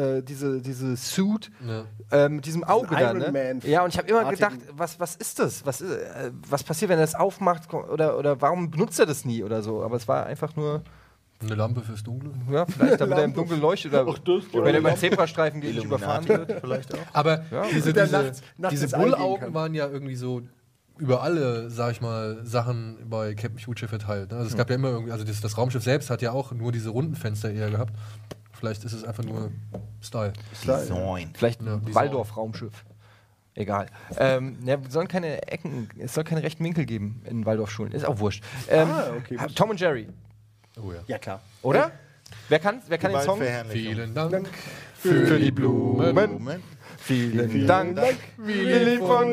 diese Suit mit diesem Auge da, Iron ne? Man Ja, und ich habe immer artigen- gedacht, was ist das? Was passiert, wenn er das aufmacht? Oder warum benutzt er das nie oder so? Aber es war einfach nur, Eine Lampe fürs Dunkle. ja, vielleicht, damit er im Dunkeln leuchtet oder wenn er über den Zebrastreifen geht, nicht überfahren wird. vielleicht auch. Aber diese nachts diese eingehen Bullaugen kann. waren ja irgendwie so über alle, sag ich mal, Sachen bei Captain Future verteilt. Ne? Also es gab ja immer irgendwie, also das Raumschiff selbst hat ja auch nur diese runden Fenster eher gehabt. Vielleicht ist es einfach nur Style. Design. Vielleicht Ja, ein die Waldorf-Raumschiff. Egal. Ja, es sollen keine Ecken, es soll keine rechten Winkel geben in Waldorfschulen. Ist auch wurscht. okay, Tom und Jerry, Oh ja. Ja, klar. oder? Wer kann den Song? Vielen Dank Für die Blumen. Moment. Vielen Dank, wie lieb von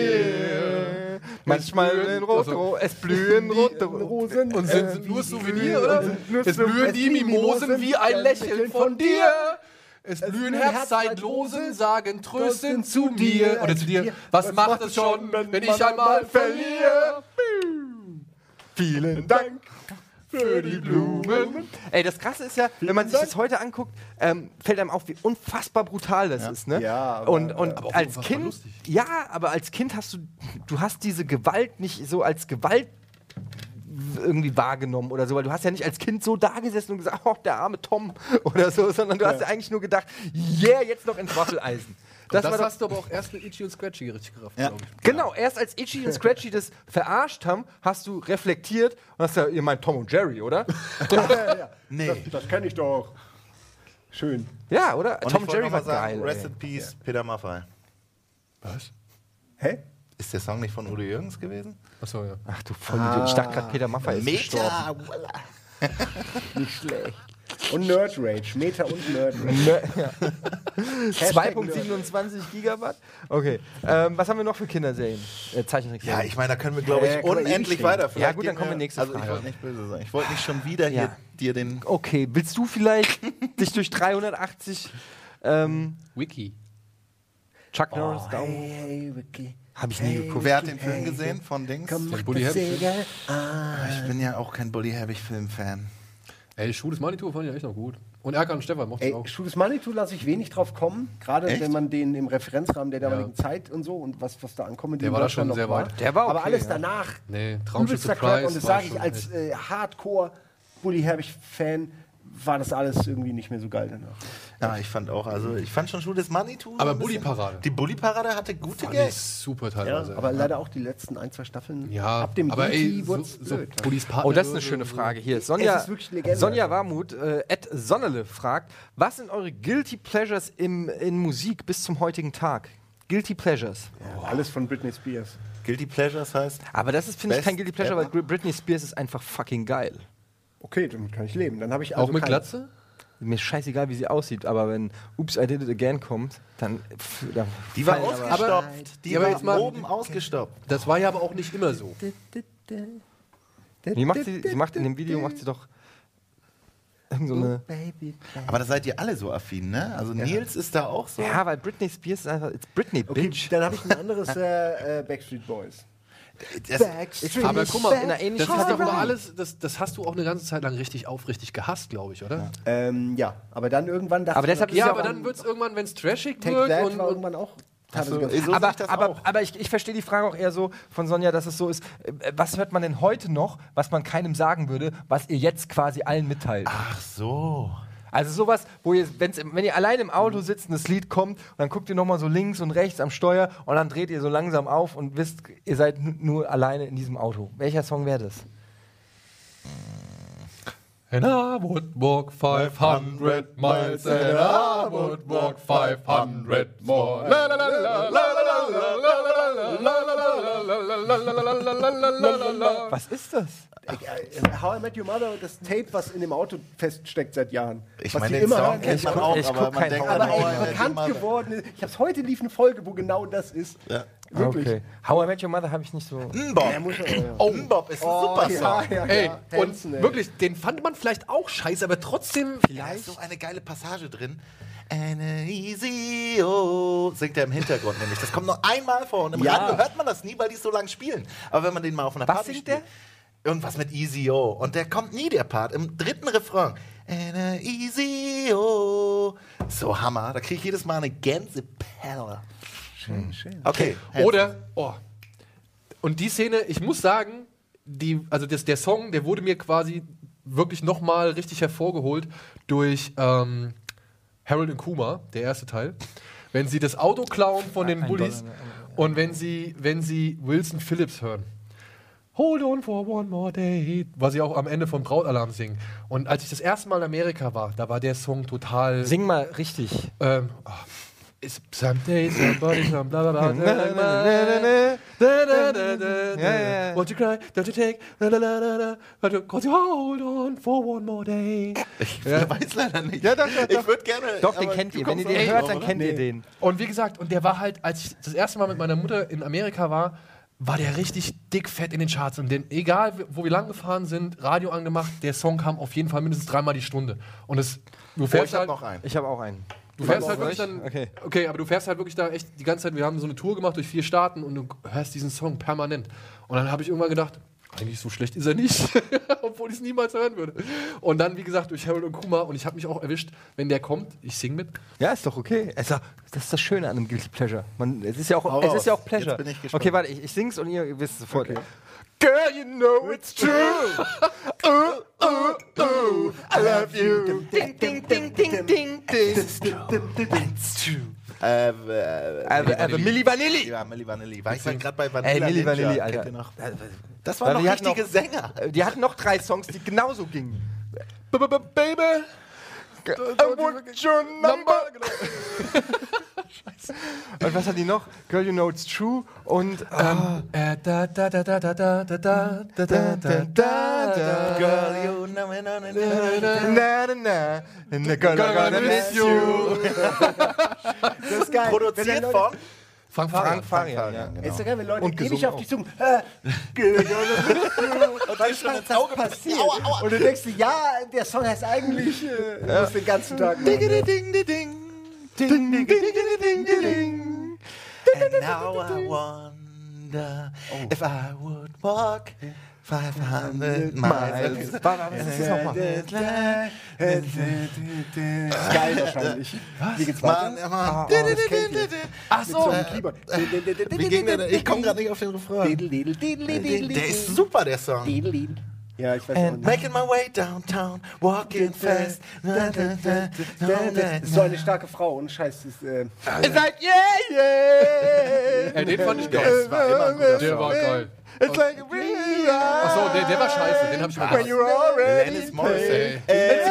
dir. Manchmal in Rot, es blühen rote Rosen. Und sind nur Souvenir, oder? nur Es blühen die Mimosen Mimosen wie ein Lächeln von dir. Es blühen Herzzeitlosen, sagen Trösten zu mir. Oder zu dir. Was macht es schon, wenn ich einmal verliere? Vielen Dank für die Blumen. Ey, das Krasse ist ja, wenn man sich das heute anguckt, fällt einem auf, wie unfassbar brutal das ist, ne? Ja, aber- und aber auch als unfassbar Kind, lustig. ja, aber als Kind hast du hast diese Gewalt nicht so als Gewalt irgendwie wahrgenommen oder so, weil du hast ja nicht als Kind so da gesessen und gesagt, oh, der arme Tom oder so, sondern du hast ja eigentlich nur gedacht, yeah, jetzt noch ins Waffeleisen. Das war doch- hast du aber auch erst mit Itchy und Scratchy richtig gerafft, Ja. glaube ich. Genau, erst als Itchy und Scratchy das verarscht haben, hast du reflektiert und hast ja, ihr meint Tom und Jerry, oder? Nee. Das kenne ich doch. Schön. Ja, oder? Und Tom ich und Jerry wollte war noch mal sagen, geil. Rest ey. in Peace, Peter Maffay. Was? Hä? Ist der Song nicht von Udo Jürgens gewesen? Achso, ja. Ach du Vollidiot. Ich dachte gerade, Peter Maffay ist gestorben. Nicht schlecht. Und Nerd Rage. Meta und Nerd Rage. Hashtag 2.27 Gigawatt? Okay. Was haben wir noch für Kinderserien? Zeichentrickserien. Ja, ich meine, da können wir, glaube ich, können wir unendlich eh weiter. Ja, gut, dann gehen kommen wir nächste Also, Frage. ich wollte nicht böse sein. Ich wollte nicht schon wieder Ja. hier dir den. Okay, willst du vielleicht dich durch 380 Wiki. Chuck Norris Daumen? Hey, Ricky. Habe ich nie geguckt. Wer hat den Film gesehen von Dings? Komm, mach Bully das Herbig. Säge. Ich bin ja auch kein Bully Herbig-Film-Fan. Ey, Schuh des Manitou fand ich echt noch gut. Und Erkan und Stefan mochte ich Ey, auch. Schuh des Manitou lasse ich wenig drauf kommen. Gerade Echt? wenn man den im Referenzrahmen der damaligen Zeit und so und was da ankommt. Der war da schon sehr weit. Der war okay, Aber alles ja. danach. Nee, Traumschiff Übelster Crap. Und Surprise das war sage ich schon als echt- Hardcore-Bully Herbig-Fan, war das alles irgendwie nicht mehr so geil danach. Ja, ich fand auch, also ich fand schon Schuh des Manitou. Aber so ein bisschen- Bully-Parade. Die Bully-Parade hatte gute Fand ich Gags. super Ja, teilweise. aber leider auch die letzten 1, 2 Staffeln. ja, ab dem aber ey, Yeti wurd's so blöd. Bullys Partner. Oh, das ist eine schöne Frage. Hier, Sonja, Es ist wirklich Legende. Sonja Warmuth, Sonnerle fragt, was sind eure Guilty Pleasures in Musik bis zum heutigen Tag? Guilty Pleasures. Alles von Britney Spears. Guilty Pleasures heißt. Aber das ist, finde ich, Best kein Guilty Pleasure, ever? weil Britney Spears ist einfach fucking geil. Okay, damit kann ich leben. Dann habe ich Auch also mit kein- Glatze? Mir ist scheißegal, wie sie aussieht, aber wenn Oops, I Did It Again kommt, dann... da Die war fallen aber- ausgestopft. Die Ja, aber war jetzt mal- oben ausgestopft. Das war ja aber auch nicht immer so. Wie macht sie macht in dem Video, macht sie doch irgend so eine... Aber da seid ihr alle so affin, ne? Also Nils ist da auch so. Ja, weil Britney Spears ist einfach... It's Britney, Okay, Bitch. dann habe ich ein anderes Backstreet Boys. Das, Aber guck mal, in einer ähnlichen das ist doch Kategorie. mal alles, das hast du auch eine ganze Zeit lang richtig aufrichtig gehasst, glaube ich, oder? Ja, aber dann irgendwann dachte Aber deshalb ich, ist Ja, ja aber auch dann wird es irgendwann, wenn es trashig Take wird That und war irgendwann auch. teilweise ganz so sehe ich das auch. Aber ich verstehe die Frage auch eher so von Sonja, dass es so ist, was hört man denn heute noch, was man keinem sagen würde, was ihr jetzt quasi allen mitteilt? Ach so. Also sowas, wo ihr, wenn ihr allein im Auto sitzt und das Lied kommt, und dann guckt ihr nochmal so links und rechts am Steuer und dann dreht ihr so langsam auf und wisst, ihr seid nur alleine in diesem Auto. Welcher Song wäre das? And I would walk 500 miles and I would walk 500 more. La la la la la la la. Was ist das? How I Met Your Mother, das Tape, was in dem Auto feststeckt seit Jahren. Ich Was meine, die den immer Song hören. kennt man guck- auch, ich aber guck man kein denkt How I an Aber Met How I echt Met Your bekannt Mother. geworden ist. Ich hab's heute lief eine Folge, wo genau das ist. Ja. Wirklich. Okay. How I Met Your Mother habe ich nicht so. Mbop. Ja, muss man, ja. Mbop ist ein super Song. Ey, und Hansen, ey. wirklich, den fand man vielleicht auch scheiße, aber trotzdem Da ist so eine geile Passage drin. Easy, oh, singt er im Hintergrund nämlich. Das kommt nur einmal vor und im Ja. Radio hört man das nie, weil die es so lang spielen. Aber wenn man den mal auf einer Was Party singt spielt, irgendwas mit Easy, oh. Und der kommt nie, der Part. Im dritten Refrain. Easy, oh. So Hammer. Da kriege ich jedes Mal eine Gänseperle. Schön. Okay. Oder, und die Szene, ich muss sagen, der Song, der wurde mir quasi wirklich nochmal richtig hervorgeholt durch Harold und Kumar, der erste Teil. Wenn sie das Auto klauen von den Bullies und wenn sie Wilson Phillips hören. Hold on for one more day, was sie auch am Ende von Brautalarm singen. Und als ich das erste Mal in Amerika war, da war der Song total... Sing mal richtig. Is someday somebody some bla bla bla won't you cry, don't you take cause you hold on for one more day. Ich weiß leider nicht. Ja, doch. Ich würde gerne. Doch, den aber kennt du ihr. Wenn ihr kommst den auch hört, drauf, dann oder? kennt ihr den. Und wie gesagt, und der war halt, als ich das erste Mal mit meiner Mutter in Amerika war der richtig dick fett in den Charts. Und den, egal wo wir lang gefahren sind, Radio angemacht, der Song kam auf jeden Fall mindestens 3-mal die Stunde. Und du Oh, fährst ich hab halt, noch einen. Ich habe auch einen. du fährst halt Soll wirklich ich? dann, Okay. aber du fährst halt wirklich da echt die ganze Zeit, wir haben so eine Tour gemacht durch 4 Staaten und du hörst diesen Song permanent. Und dann habe ich irgendwann gedacht, eigentlich so schlecht ist er nicht, obwohl ich es niemals hören würde. Und dann, wie gesagt, durch Harold und Kumar und ich habe mich auch erwischt, wenn der kommt, ich sing mit. Ja, ist doch okay. Das ist das Schöne an einem Guilty Pleasure. Es ist ja auch, Hau es raus. ist ja auch Pleasure. Jetzt bin ich gespannt. Okay, warte, ich sing's und ihr wisst es sofort. Okay. Girl, you know it's true. I love you. Ding, ding, ding, ding, ding, ding. It's true. Milli Vanilli. Ja, Milli Vanilli. War ich mal gerade bei Vanilla Ey, Milli Ninja. Vanilli, Kennt Alter. ihr noch? Das waren noch die hatten richtige noch- Sänger. Die hatten noch 3 Songs, die genauso gingen. Baby, I want your number. Und was hat die noch? Girl, you know it's true. Und Girl, you know it, na na na, and the girl I'm gonna miss you. Das ist geil. Wenn Produziert dann von Frank Farian. Ja. genau. Ist doch geil, wenn Leute Und ewig gesungen auf dich zoomen. Was passiert? Und du denkst dir, ja, der Song heißt eigentlich, du musst den ganzen Tag machen. And now I wonder if I would walk 500 miles. Was ist das nochmal? Ist geil wahrscheinlich. Wie geht's weiter? Mann. das kennt ihr. ach so, Mit Keyboard. Wie ging der denn? Ich komme gerade nicht auf den Refrain. Der ist super, der Song. Ja, ich weiß auch nicht. Making my way downtown, walking fast. Das ist so eine starke Frau, ohne Scheiß. Das ist, It's like, yeah. den fand ich Das geil. war immer ein guter Der Song. war geil. It's like a real Achso, der war scheiße, den hab ich When vergessen. you're already Alanis Morissette. Ey.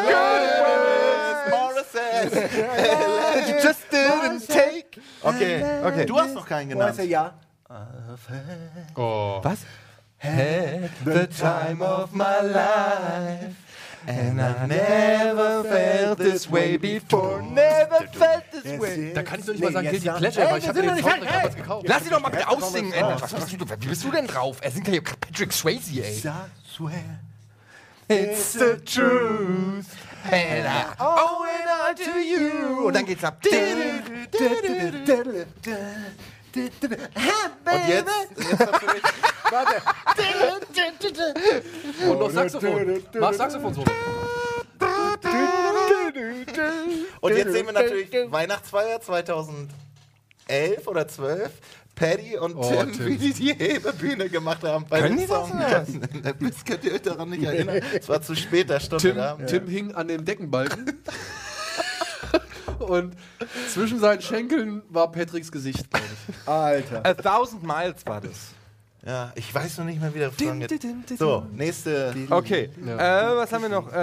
Morissette. you just didn't take. Okay, du hast noch keinen wo heißt er? genannt. Ja. Oh. Was? Had the time of my life. And I never felt this way before. Never felt this way. Da kann ich doch nicht mal sagen jetzt Guilty ja. Pleasure, weil Ey, ich wir habe sind den noch nicht Soundtrack fertig. damals gekauft. Lass ihn doch mal bitte Jetzt kommen aussingen. wir raus. Wie bist du denn drauf? Er singt ja hier Patrick Swayze, ey. I swear. It's the truth. And I owe it all to you. Und dann geht's ab. Und jetzt natürlich. Und noch Saxophon. Mach Saxophon-Solo. Und jetzt sehen wir natürlich Weihnachtsfeier 2000. 11 oder 12 Paddy und Oh, Tim, Tim. wie die Hebebühne gemacht haben bei Können dem die das, Song. oder Das könnt ihr euch daran nicht erinnern. Es war zu später Stunde da. Tim hing an dem Deckenbalken. Und zwischen seinen Schenkeln war Patricks Gesicht, glaube ich. Alter. 1000 Miles war das. Ja, ich weiß noch nicht mehr, wie der Song geht. So, nächste. Okay, Ja. was haben wir noch?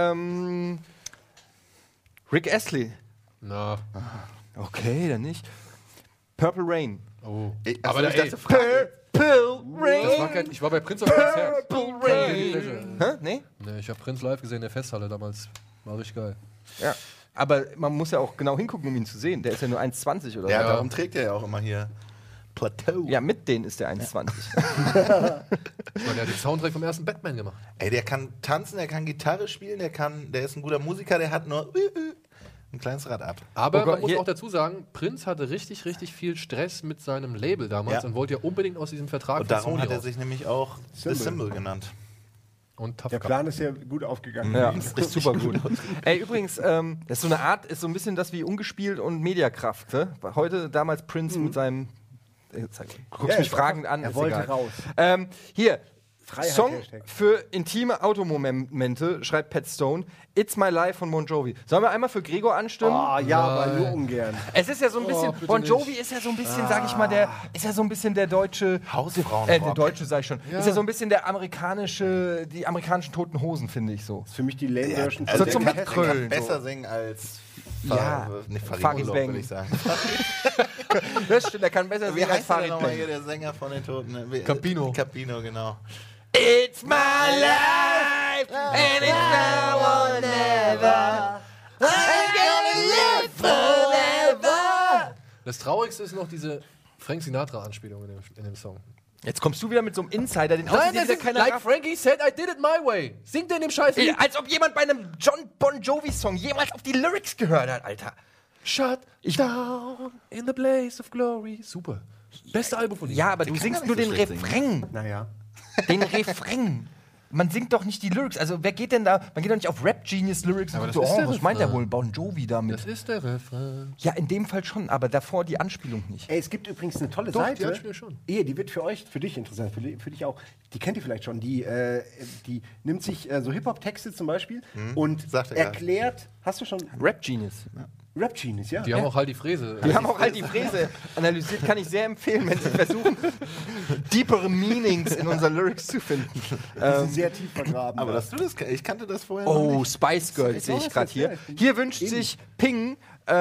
Rick Astley. Na, Okay, dann nicht. Purple Rain. oh. Aber Aber ich ey, dachte, Frage. Purple das war Rain. kein, ich war bei Prince auf Konzert. Purple Rain. Hä? Nee? Nee, ich habe Prince live gesehen in der Festhalle damals. War richtig geil. Ja. Aber man muss ja auch genau hingucken, um ihn zu sehen. Der ist ja nur 1,20 oder Ja, so. darum trägt er ja auch immer hier Plateau. Ja, mit denen ist der 1,20. Ich meine, der hat den Soundtrack vom ersten Batman gemacht. Ey, der kann tanzen, der kann Gitarre spielen, der ist ein guter Musiker, der hat nur ein kleines Rad ab. Aber Oh Gott, man muss hier- auch dazu sagen, Prince hatte richtig, richtig viel Stress mit seinem Label damals Ja. und wollte ja unbedingt aus diesem Vertrag Und darum Sony hat er raus. sich nämlich auch Symbol. The Symbol genannt. Und Tough Der Guy. Plan ist ja gut aufgegangen. Ja, ist super gut. Ey, übrigens, das ist so eine Art, ist so ein bisschen das wie Ungespielt und Mediakraft. Ne? Heute, damals Prince mit seinem. Guckst Ja, mich fragend an. er ist wollte egal. raus. Hier. Freiheit, Song Hashtag. für intime Automomente, schreibt Pat Stone. It's My Life von Bon Jovi. Sollen wir einmal für Gregor anstimmen? Oh, ja, aber nur ungern. Es ist ja so ein bisschen, bitte Bon Jovi nicht. ist ja so ein bisschen, sag ich mal, ist ja so ein bisschen der deutsche Hausfrauenrock. der deutsche, sag ich schon. Ja. Ist ja so ein bisschen die amerikanischen Toten Hosen, finde ich so. Ist für mich die Lane-Version also der zum kann, Mitgrölen, der kann so. besser singen als Ja, Farid Farid Urlaub, Bang. würde ich sagen. Das stimmt, der kann besser Wie singen als heißt der Farid nochmal Bang. hier, der Sänger von den Toten? Capino. Capino, genau. It's my life and it's now or never. I'm gonna live forever. Das Traurigste ist noch diese Frank Sinatra-Anspielung in dem Song. Jetzt kommst du wieder mit so einem Insider, den Nein, dir das wieder ist keiner like rafft. Frankie said, I did it my way. Singt der in dem Scheiß Ey, Lied? als ob jemand bei einem John Bon Jovi Song jemals auf die Lyrics gehört hat, Alter. Shut down in the blaze of glory. Super. Beste Album von ihm. Ja, aber du kann singst gar nur nicht den so schlecht Refrain. Naja. Den Refrain. Man singt doch nicht die Lyrics. Also wer geht denn da? Man geht doch nicht auf Rap Genius Lyrics Aber und das so, ist der was meint der Refrain. wohl? Bon Jovi damit. Das ist der Refrain. Ja, in dem Fall schon, aber davor die Anspielung nicht. Ey, es gibt übrigens eine tolle Doch, die Seite. Anspielung schon. Die wird für dich interessant, für dich auch. Die kennt ihr vielleicht schon. Die nimmt sich so Hip-Hop-Texte zum Beispiel und sagt er gerade. erklärt. Hast du schon Rap Genius. Rap Genius, ja? Die haben auch halt die Fräse. Die haben auch halt die Fräse analysiert, kann ich sehr empfehlen, wenn Sie versuchen, deepere Meanings in unseren Lyrics zu finden. Die sind sehr tief vergraben. Aber ja. dass du das, ich kannte das vorher noch Oh, nicht. Spice Girls Ich sehe ich weiß gerade das, hier. ja, ich bin- Hier wünscht Eben. sich Ping,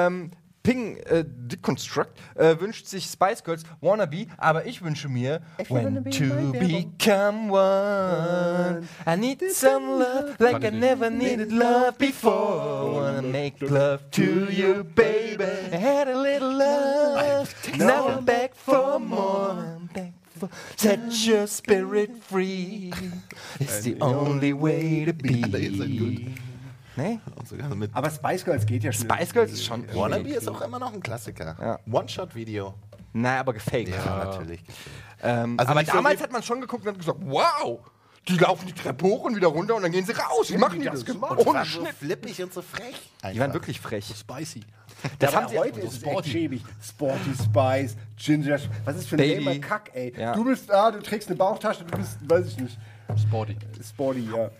Deconstruct, wünscht sich Spice Girls Wannabe, aber ich wünsche mir When to become one. I need some love like I never needed love before. Wanna make love to you, baby. I had a little love. Now I'm back for more. I'm back for set your spirit free. It's the only way to be. die sind gut. Nee? Und sogar mit Aber Spice Girls geht ja schon. Spice Girls ist schon Wannabe ist auch immer noch ein Klassiker. Ja. One-Shot-Video. Nein, aber gefaked. Ja, natürlich. Also Also aber nicht so damals wie- hat man schon geguckt und hat gesagt, wow, die laufen die Treppe hoch und wieder runter und dann gehen sie raus. Wie machen die das? Und Ohne war so Schnitt. flippig und so frech. Die waren wirklich frech. Spicy. Das Aber haben sie heute ist es echt Sporty. schäbig. Sporty Spice, Ginger. Was ist für ein Baby. lamer Kack, ey? Ja. Du bist da, du trägst eine Bauchtasche, du bist, weiß ich nicht, Sporty. Sporty, ja.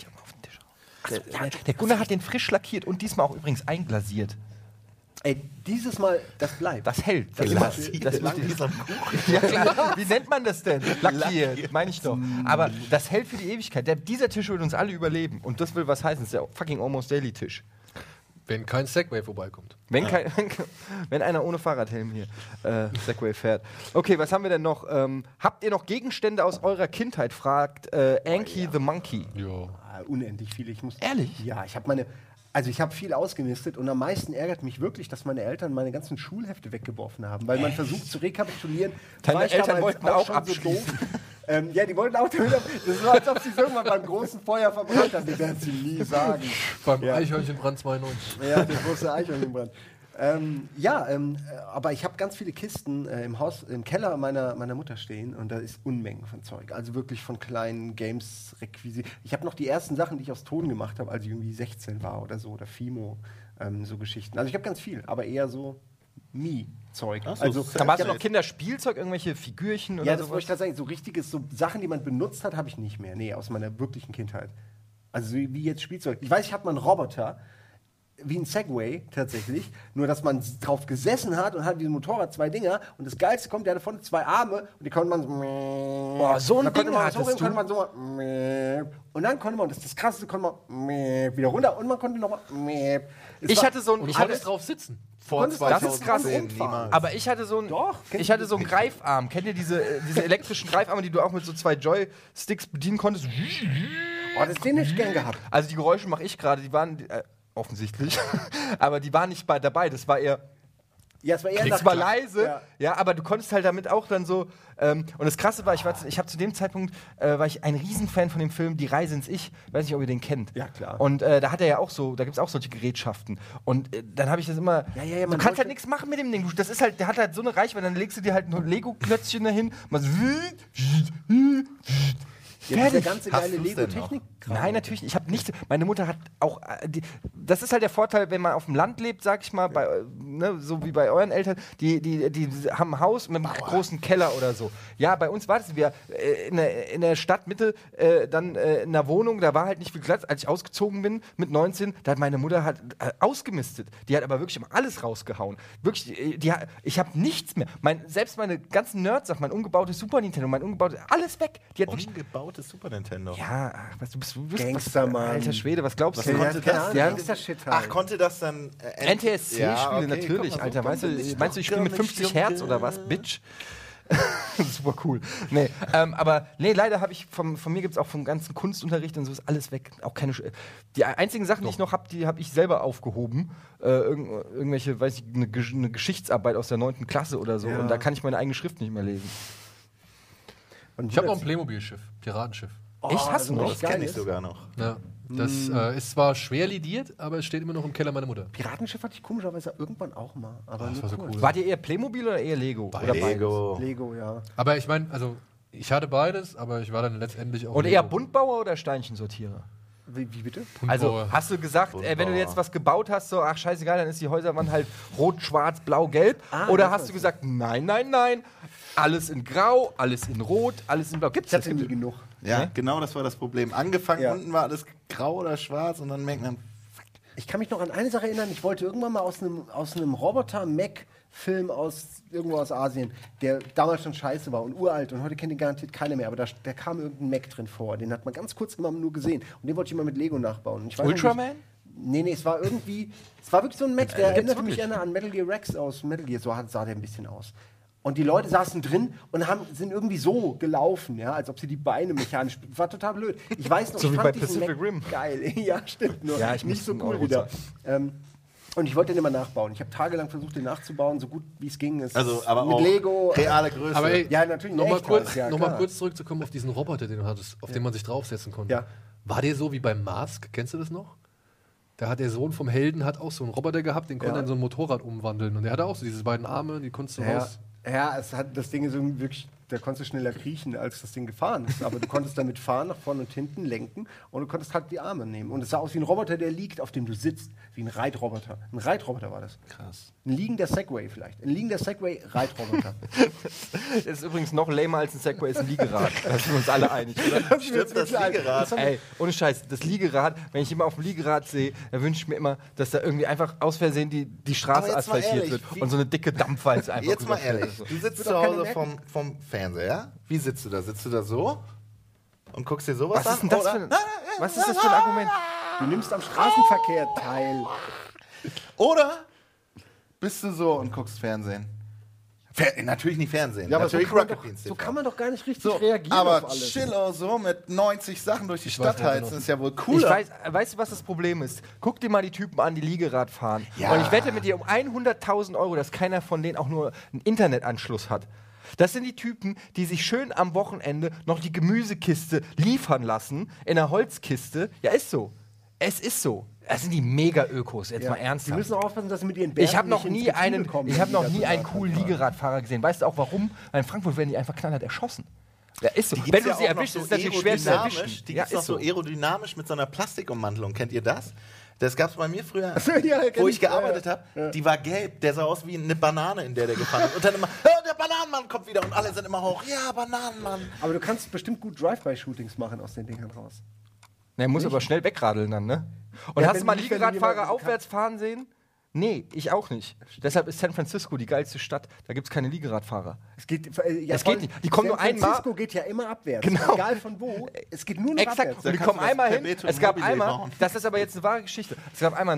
Der Gunnar hat den frisch lackiert und diesmal auch übrigens einglasiert. Ey, dieses Mal, das bleibt. Das hält. Das lang wie so ein Kuchen. ja, klar. Wie nennt man das denn? Lackiert, meine ich doch. Aber das hält für die Ewigkeit. Dieser Tisch wird uns alle überleben. Und das will was heißen. Das ist der fucking Almost Daily Tisch. Wenn kein Segway vorbeikommt. Wenn, wenn einer ohne Fahrradhelm hier Segway fährt. Okay, was haben wir denn noch? Habt ihr noch Gegenstände aus eurer Kindheit? Fragt Anki the Monkey. Ja. Unendlich viele. Ich muss, Ehrlich? Ja, ich habe viel ausgemistet und am meisten ärgert mich wirklich, dass meine Eltern meine ganzen Schulhefte weggeworfen haben, weil man versucht zu rekapitulieren. Deine war ich Eltern damals wollten auch schon abschließen. doof? Ja, die wollten auch damit ab. Das war, als ob sie es irgendwann beim großen Feuer verbrannt haben. Die werden sie nie sagen. Beim Ja. Eichhörnchenbrand 92. Ja, der große Eichhörnchenbrand. Aber ich habe ganz viele Kisten im Keller meiner Mutter stehen und da ist Unmengen von Zeug. Also wirklich von kleinen Games, Requisiten. Ich habe noch die ersten Sachen, die ich aus Ton gemacht habe, als ich irgendwie 16 war oder so, oder Fimo, so Geschichten. Also ich habe ganz viel, aber eher so me. Zeug. Ach so, Also, sehr Aber hast du Ja, noch Kinderspielzeug, irgendwelche Figürchen ja, oder das wollte ich sowas? gerade sagen. So richtiges, so Sachen, die man benutzt hat, habe ich nicht mehr. Nee, aus meiner wirklichen Kindheit. Also so wie jetzt Spielzeug. Ich weiß, ich hatte mal einen Roboter, wie ein Segway tatsächlich, nur dass man drauf gesessen hat und hat wie ein Motorrad 2 Dinger und das Geilste kommt, der hatte vorne 2 Arme und die konnte man so Boah, so ein Ding hattest du? konnte man so und dann konnte man, das Krasseste, konnte man wieder runter und man konnte nochmal Ich hatte so ein Und du konntest drauf sitzen. Vor Das ist krass. 2010 niemals. Aber ich hatte so einen, Doch, kenn ich hatte so einen Greifarm. Kennt ihr diese elektrischen Greifarme, die du auch mit so 2 Joysticks bedienen konntest? den hätte ich gern gehabt. Also die Geräusche mache ich gerade, die waren offensichtlich, aber die waren nicht dabei. Das war eher Ja, es war eher das war leise, Ja. ja, aber du konntest halt damit auch dann so. Und das Krasse war, ich habe zu dem Zeitpunkt war ich ein Riesenfan von dem Film Die Reise ins Ich. Ich weiß nicht, ob ihr den kennt. Ja, klar. Und da hat er ja auch so, da gibt es auch solche Gerätschaften. Und dann habe ich das immer. Ja, du man kannst wollte- halt nichts machen mit dem Ding. Das ist halt, der hat halt so eine Reichweite, dann legst du dir halt nur Lego-Klötzchen dahin. Man so, Ja, diese fertig. ganze Hast geile du's denn Lego-Technik. Nein, natürlich nicht. Ich habe nicht. Meine Mutter hat auch. Das ist halt der Vorteil, wenn man auf dem Land lebt, sag ich mal, so wie bei euren Eltern. Die haben ein Haus mit einem großen Keller oder so. Ja, bei uns war das. Wir in der Stadtmitte dann in der Wohnung. Da war halt nicht viel Platz. Als ich ausgezogen bin mit 19, da hat meine Mutter ausgemistet. Die hat aber wirklich immer alles rausgehauen. Wirklich. Ich habe nichts mehr. Selbst meine ganzen Nerds-Sachen, mein umgebautes Super Nintendo, mein umgebautes alles weg. Die hat wirklich. Umgebautes Super Nintendo. Ja, ach, was, du bist Gangster, Mann. Alter Schwede, was glaubst Was du? konnte das? Ja. Gangster-Shit Ach, halt. konnte das dann NTSC-Spiele, Ja, okay, natürlich, guck mal, Alter. so Meinst kommt es du, ich spiele mit doch 50 nicht, Hertz Junge. oder was, Bitch? Super cool. Nee, aber nee, leider habe ich von mir gibt es auch vom ganzen Kunstunterricht und so ist alles weg. Auch keine. Die einzigen Sachen, die ich noch habe, die habe ich selber aufgehoben. Irgendwelche, weiß ich, eine Geschichtsarbeit aus der 9. Klasse oder so. Ja. Und da kann ich meine eigene Schrift nicht mehr lesen. Und Ich habe noch ein Playmobil-Schiff, Piratenschiff. Echt? Hast du noch? Das kenne ich sogar noch. Ja. Das ist zwar schwer lidiert, aber es steht immer noch im Keller meiner Mutter. Piratenschif hatte ich komischerweise irgendwann auch mal. Aber das nur war so kurz. cool. Wart ihr eher Playmobil oder eher Lego? Oder Lego. Lego, ja. Aber ich meine, also ich hatte beides, aber ich war dann letztendlich auch. Und Lego. eher Buntbauer oder Steinchensortierer? Wie bitte? Also Buntbauer. hast du gesagt, wenn du jetzt was gebaut hast, so, ach scheißegal, dann ist die Häuserwand halt rot, schwarz, blau, gelb. Oder das hast weiß du gesagt, nein, nein, nein, alles in grau, alles in rot, alles in blau. Gibt's Ich das? hatte nie genug. Ja, Ne? genau das war das Problem. Angefangen Ja. unten war alles grau oder schwarz und dann merkt man, Ich kann mich noch an eine Sache erinnern. Ich wollte irgendwann mal aus einem Roboter-Mac-Film irgendwo aus Asien, der damals schon scheiße war und uralt und heute kennt ihn garantiert keiner mehr, aber da kam irgendein Mac drin vor. Den hat man ganz kurz immer nur gesehen. Und den wollte ich immer mit Lego nachbauen. Und ich weiß noch Ultraman? nicht- Nee, es war wirklich so ein Mac, der erinnerte mich an Metal Gear Rex aus Metal Gear. Sah der ein bisschen aus. Und die Leute saßen drin und sind irgendwie so gelaufen, ja, als ob sie die Beine mechanisch. War total blöd. Ich weiß noch, So ich wie fand bei diesen Pacific Mac Rim. geil. Ja, stimmt. Nur Ja, ich nicht muss so einen cool Euro wieder. Und ich wollte den immer nachbauen. Ich habe tagelang versucht, den nachzubauen, so gut wie es ging. also aber mit auch Lego. reale Größe. Aber ey, Ja, natürlich nochmal echt kurz, was, ja, noch mal klar. kurz zurückzukommen auf diesen Roboter, den du hattest, auf den man sich draufsetzen konnte. Ja. War der so wie beim Mask? Kennst du das noch? Da hat der Sohn vom Helden hat auch so einen Roboter gehabt, den konnte er in so ein Motorrad umwandeln. Und der hatte auch so diese beiden Arme, die konntest du raus. Ja, das Ding ist irgendwie wirklich, da konntest du schneller kriechen, als das Ding gefahren ist. Aber du konntest damit fahren, nach vorne und hinten lenken und du konntest halt die Arme nehmen. Und es sah aus wie ein Roboter, der liegt, auf dem du sitzt. Wie ein Reitroboter. Ein Reitroboter war das. krass. Ein liegender Segway vielleicht. Ein liegender Segway-Reitroboter. Das ist übrigens noch lamer als ein Segway, ist ein Liegerad. Da sind wir uns alle einig, oder? Stimmt das Liegerad? Ey, ohne Scheiß, das Liegerad, wenn ich immer auf dem Liegerad sehe, dann wünsche ich mir immer, dass da irgendwie einfach aus Versehen die Straße Aber jetzt mal asphaltiert ehrlich, wird wie- und so eine dicke Dampfwalze einfach Jetzt mal rüberfährt. ehrlich, du sitzt Wird zu doch keiner Hause vom Fernseher, ja? Wie sitzt du da? Sitzt du da so und guckst dir sowas Was an? ist denn das für ein, was ist das für ein Argument? Du nimmst am Straßenverkehr teil. Oder bist du so und guckst Fernsehen? Natürlich nicht Fernsehen. Ja, aber natürlich Rocket Beans so TV. kann man doch gar nicht richtig So, reagieren aber auf alles. Chillo so mit 90 Sachen durch die Stadt weiß, heizen ist ja wohl Ich cooler. weißt du, was das Problem ist? Guck dir mal die Typen an, die Liegerad fahren. Ja. Und ich wette mit dir um 100.000 Euro, dass keiner von denen auch nur einen Internetanschluss hat. Das sind die Typen, die sich schön am Wochenende noch die Gemüsekiste liefern lassen, in einer Holzkiste. Ja, ist so. Es ist so. Das sind die Mega-Ökos, jetzt mal Die ernsthaft. müssen auch aufpassen, dass sie mit ihren Bärten Ich habe noch nicht nie ins Getriebe einen, kommen, ich habe wenn noch die nie da einen so coolen fahren. Liegeradfahrer gesehen. Weißt du auch warum? Weil in Frankfurt werden die einfach knallhart erschossen. Ja, ist so. Die Wenn gibt's du ja sie auch noch erwischst, so ist es natürlich schwer zu aerodynamisch. erwischen. Die Ja, gibt's noch ist so so. aerodynamisch mit so einer Plastikummantelung. Kennt ihr das? Das gab's bei mir früher, Ja, kenn wo ich. ich gearbeitet habe. Ja. Die war gelb, der sah aus wie eine Banane, in der gefahren ist. Und dann immer, der Bananenmann kommt wieder. Und alle sind immer hoch, ja, Bananenmann. Aber du kannst bestimmt gut Drive-by-Shootings machen aus den Dingern raus. Er muss aber schnell wegradeln dann, ne? Und Ja, hast wenn du mal nicht, wenn Liegeradfahrer jemand- aufwärts fahren sehen? Nee, ich auch nicht. Deshalb ist San Francisco die geilste Stadt. Da gibt es keine Liegeradfahrer. Es geht, Es geht nicht. Die kommen nur San einmal. Francisco geht ja immer abwärts. Genau. Egal von wo. Es geht nur noch Exakt. abwärts. Und die kannst kommen du das einmal hin. Perpetuum Es gab mobile einmal, bauen. das ist aber jetzt eine wahre Geschichte. Es gab einmal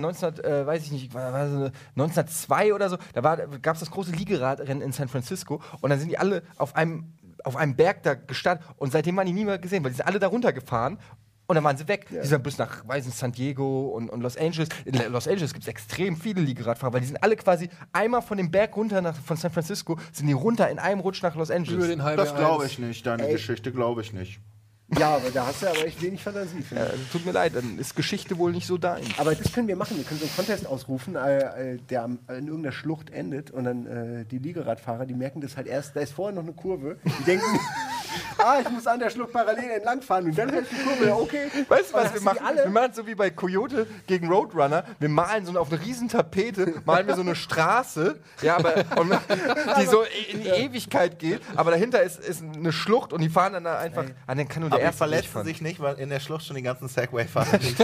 1902 oder so, da gab es das große Liegeradrennen in San Francisco und dann sind die alle auf einem Berg da gestartet und seitdem waren die nie mehr gesehen, weil die sind alle da runtergefahren. Und dann waren sie weg. Die sind bis nach San Diego und Los Angeles. In Los Angeles gibt es extrem viele Liegeradfahrer, weil die sind alle quasi einmal von dem Berg runter von San Francisco, sind die runter in einem Rutsch nach Los Über Angeles. den Highway Das glaube 1. ich nicht, deine Geschichte glaube ich nicht. Ja, aber da hast du aber echt wenig Fantasie. finde ich. Tut mir leid, dann ist Geschichte wohl nicht so dein. Aber das können wir machen. Wir können so einen Contest ausrufen, der in irgendeiner Schlucht endet und dann die Liegeradfahrer, die merken das halt erst, da ist vorher noch eine Kurve. Die denken, ich muss an der Schlucht parallel entlangfahren und dann ist die Kurve, ja, okay. Weißt du, Und was dann wir hast machen? du die alle. Wir machen so wie bei Coyote gegen Roadrunner. Wir malen so auf eine riesen Tapete, malen wir so eine Straße, ja, die so in die Ewigkeit geht, aber dahinter ist eine Schlucht und die fahren dann da einfach. Dann kann nur der Aber die Erste verletzen durchfahren. sich nicht, weil in der Schlucht schon die ganzen Segway-Fahrer sind.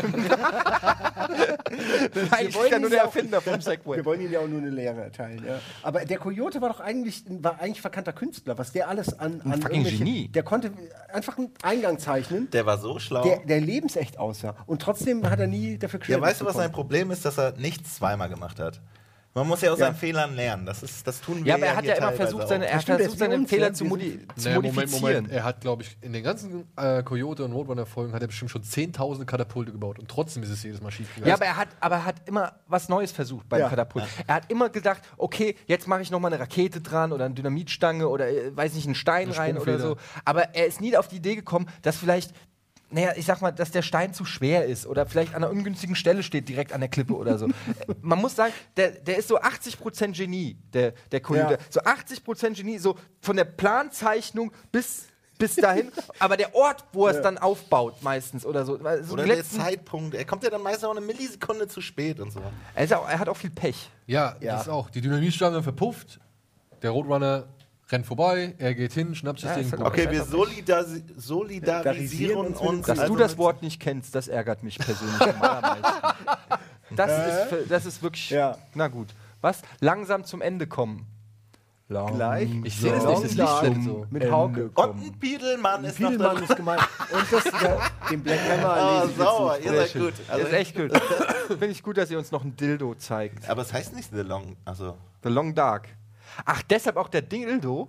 Eigentlich ist ja nur der Erfinder vom Segway. Wir wollen ihnen ja auch nur eine Lehre erteilen. Ja. Aber der Coyote war doch eigentlich verkannter Künstler, was der alles an fucking irgendwelche- Genie. Der konnte einfach einen Eingang zeichnen, Der war so schlau. der lebensecht aussah. Und trotzdem hat er nie dafür Ja, Credit weißt du, was sein bekommen. Problem ist? Dass er nichts zweimal gemacht hat. Man muss ja aus seinen Fehlern lernen. Das tun wir Ja, aber er hat hier ja immer teilweise versucht, auch. seine stimmt, der ist wie seine uns, Fehler ja. zu Wir Naja, modifizieren. Moment. Er hat, glaube ich, in den ganzen Coyote- und Roadrunner-Folgen hat er bestimmt schon 10.000 Katapulte gebaut. Und trotzdem ist es jedes Mal schief gegangen. Ja, aber er hat immer was Neues versucht beim Ja. Katapult. Er hat immer gedacht, okay, jetzt mache ich noch mal eine Rakete dran oder eine Dynamitstange oder weiß nicht, einen Stein Eine rein oder so. Sprungfeder. Aber er ist nie auf die Idee gekommen, dass vielleicht, ich sag mal, dass der Stein zu schwer ist oder vielleicht an einer ungünstigen Stelle steht, direkt an der Klippe oder so. Man muss sagen, der ist so 80% Genie, der Coyote. Ja. So 80% Genie, so von der Planzeichnung bis dahin, aber der Ort, wo er es dann aufbaut, meistens oder so. So Oder die der letzten- Zeitpunkt. Er kommt ja dann meistens auch eine Millisekunde zu spät und so. er hat auch viel Pech. Ja, Ja. das auch. Die Dynamitstange verpufft. Der Roadrunner rennt vorbei. Er geht hin, schnappt sich Ja, den ist halt Punkt. Okay, wir solidarisieren uns uns. mit Dass also du das mit- Wort nicht kennst, das ärgert mich persönlich am allermeisten. Das ist wirklich. Ja. Na gut. Was? Langsam zum Ende kommen. Gleich. Ich sehe das nicht, das Licht Langsam steht so. Mit Hauke. Und ein Piedelmann ist noch Piedelmann da. ist gemeint. Und den Black Hammer Oh, lese ich jetzt sauber, nicht. ihr seid gut. Das ist echt gut. Finde ich gut, dass ihr uns noch ein Dildo zeigt. Aber es heißt nicht The Long. Also, The Long Dark. Ach, deshalb auch der Dildo?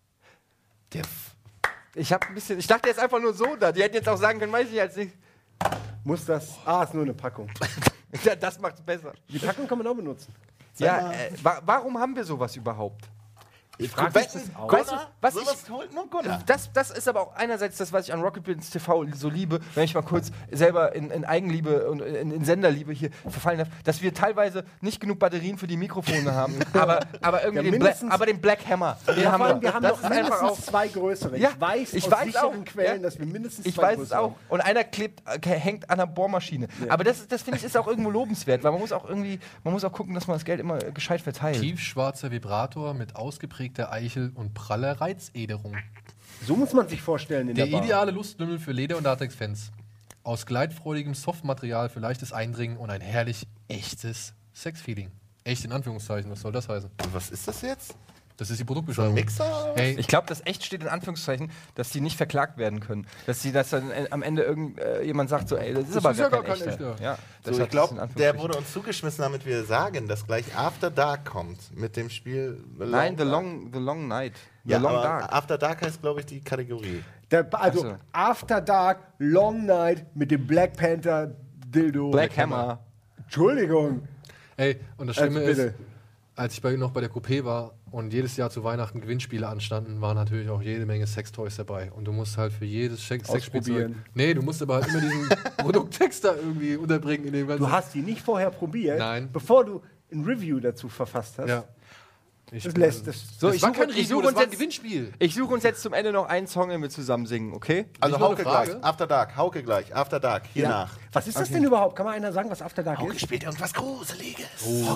Ich dachte jetzt einfach nur so da. Die hätten jetzt auch sagen können, weiß ich als nicht. Muss das. Ist nur eine Packung. Ja, das macht's besser. Die Packung kann man auch benutzen. Ja, warum haben wir sowas überhaupt? ich frag mich das auch. Weißt du, was sowas holt nur Gunnar. Das ist aber auch einerseits das, was ich an Rocket Beans TV so liebe, wenn ich mal kurz selber in Eigenliebe und in Senderliebe hier verfallen darf, dass wir teilweise nicht genug Batterien für die Mikrofone haben, aber irgendwie den Black Hammer, den haben wir. Wir haben Das noch ist einfach mindestens auch. zwei größere. Ja, ich weiß ich aus weiß sicheren auch, Quellen, ja. dass wir mindestens Ich zwei weiß es größere auch. Und einer hängt an der Bohrmaschine. Aber das finde ich ist auch irgendwo lobenswert, weil man muss auch gucken, dass man das Geld immer gescheit verteilt. Tiefschwarzer Vibrator mit ausgeprägter Eichel und praller Reizederung. So muss man sich vorstellen in Der der Bar. ideale Lustlümmel für Leder- und Latex-Fans. Aus gleitfreudigem Softmaterial für leichtes Eindringen und ein herrlich echtes Sexfeeling. Echt in Anführungszeichen, was soll das heißen? Was ist das jetzt? Das ist die So ein Produktbeschreibung. Mixer? Hey, Ich glaube, das echt steht in Anführungszeichen, dass die nicht verklagt werden können. Dass dann am Ende jemand sagt so, ey, das ist aber ist ja gar gar kein kein echter. echter. Ja, So, deshalb ich glaube, ist es in der Anführungsstrichen. wurde uns zugeschmissen, damit wir sagen, dass gleich After Dark kommt mit dem Spiel Nein, The Dark. Long Night. The Ja, Long aber Dark. After Dark heißt, glaube ich, die Kategorie. Also, Ach so. After Dark, Long Night mit dem Black Panther Dildo. Black Hammer. Entschuldigung. ey, und das Schlimme Also bitte. ist, als ich noch bei der Coupé war und jedes Jahr zu Weihnachten Gewinnspiele anstanden, waren natürlich auch jede Menge Sextoys dabei. Und du musst halt für jedes Sexspielzeug... Ausprobieren. Nee, du musst aber halt immer diesen Produkttext da irgendwie unterbringen in dem ganzen... Du hast die nicht vorher probiert, Nein. bevor du ein Review dazu verfasst hast. Ja. Das lässt das. So, Das ich war suche kein ich Review, such das uns war ein jetzt Gewinnspiel. Ich suche uns jetzt zum Ende noch einen Song, den wir zusammen singen, okay? Also nur eine Hauke gleich, Frage? After Dark, Hauke gleich, After Dark, hier nach. Was ist das denn überhaupt? Kann mal einer sagen, was After Dark Hauke ist? spielt irgendwas Gruseliges.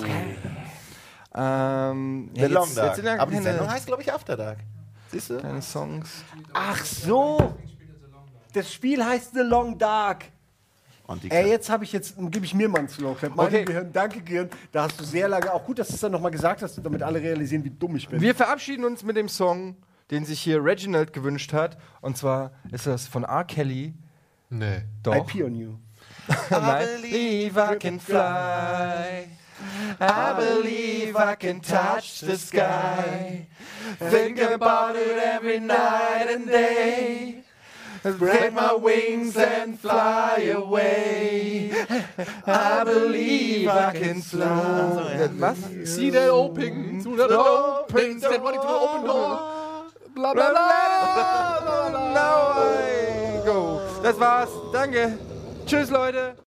The The Long Dark. Jetzt sind ja Aber die Sendung keine, heißt, glaube ich, After Dark. Siehst du? keine Songs. Ach so. Das Spiel heißt The Long Dark. Und die Jetzt gebe ich mir mal einen Slow Clap. Meine Okay. Gehirn, danke Gehirn. Da hast du sehr lange, auch gut, dass du es dann nochmal gesagt hast, damit alle realisieren, wie dumm ich bin. Wir verabschieden uns mit dem Song, den sich hier Reginald gewünscht hat. Und zwar ist das von R. Kelly. Nee. Doch. I pee on you. I believe I can fly. I believe I can touch the sky. Think about it every night and day. Spread my wings and fly away. I believe I can fly. Was? See that open to the door. Pins that money to the open door. Bla bla bla. Now I go. Das war's. Danke. Tschüss, Leute.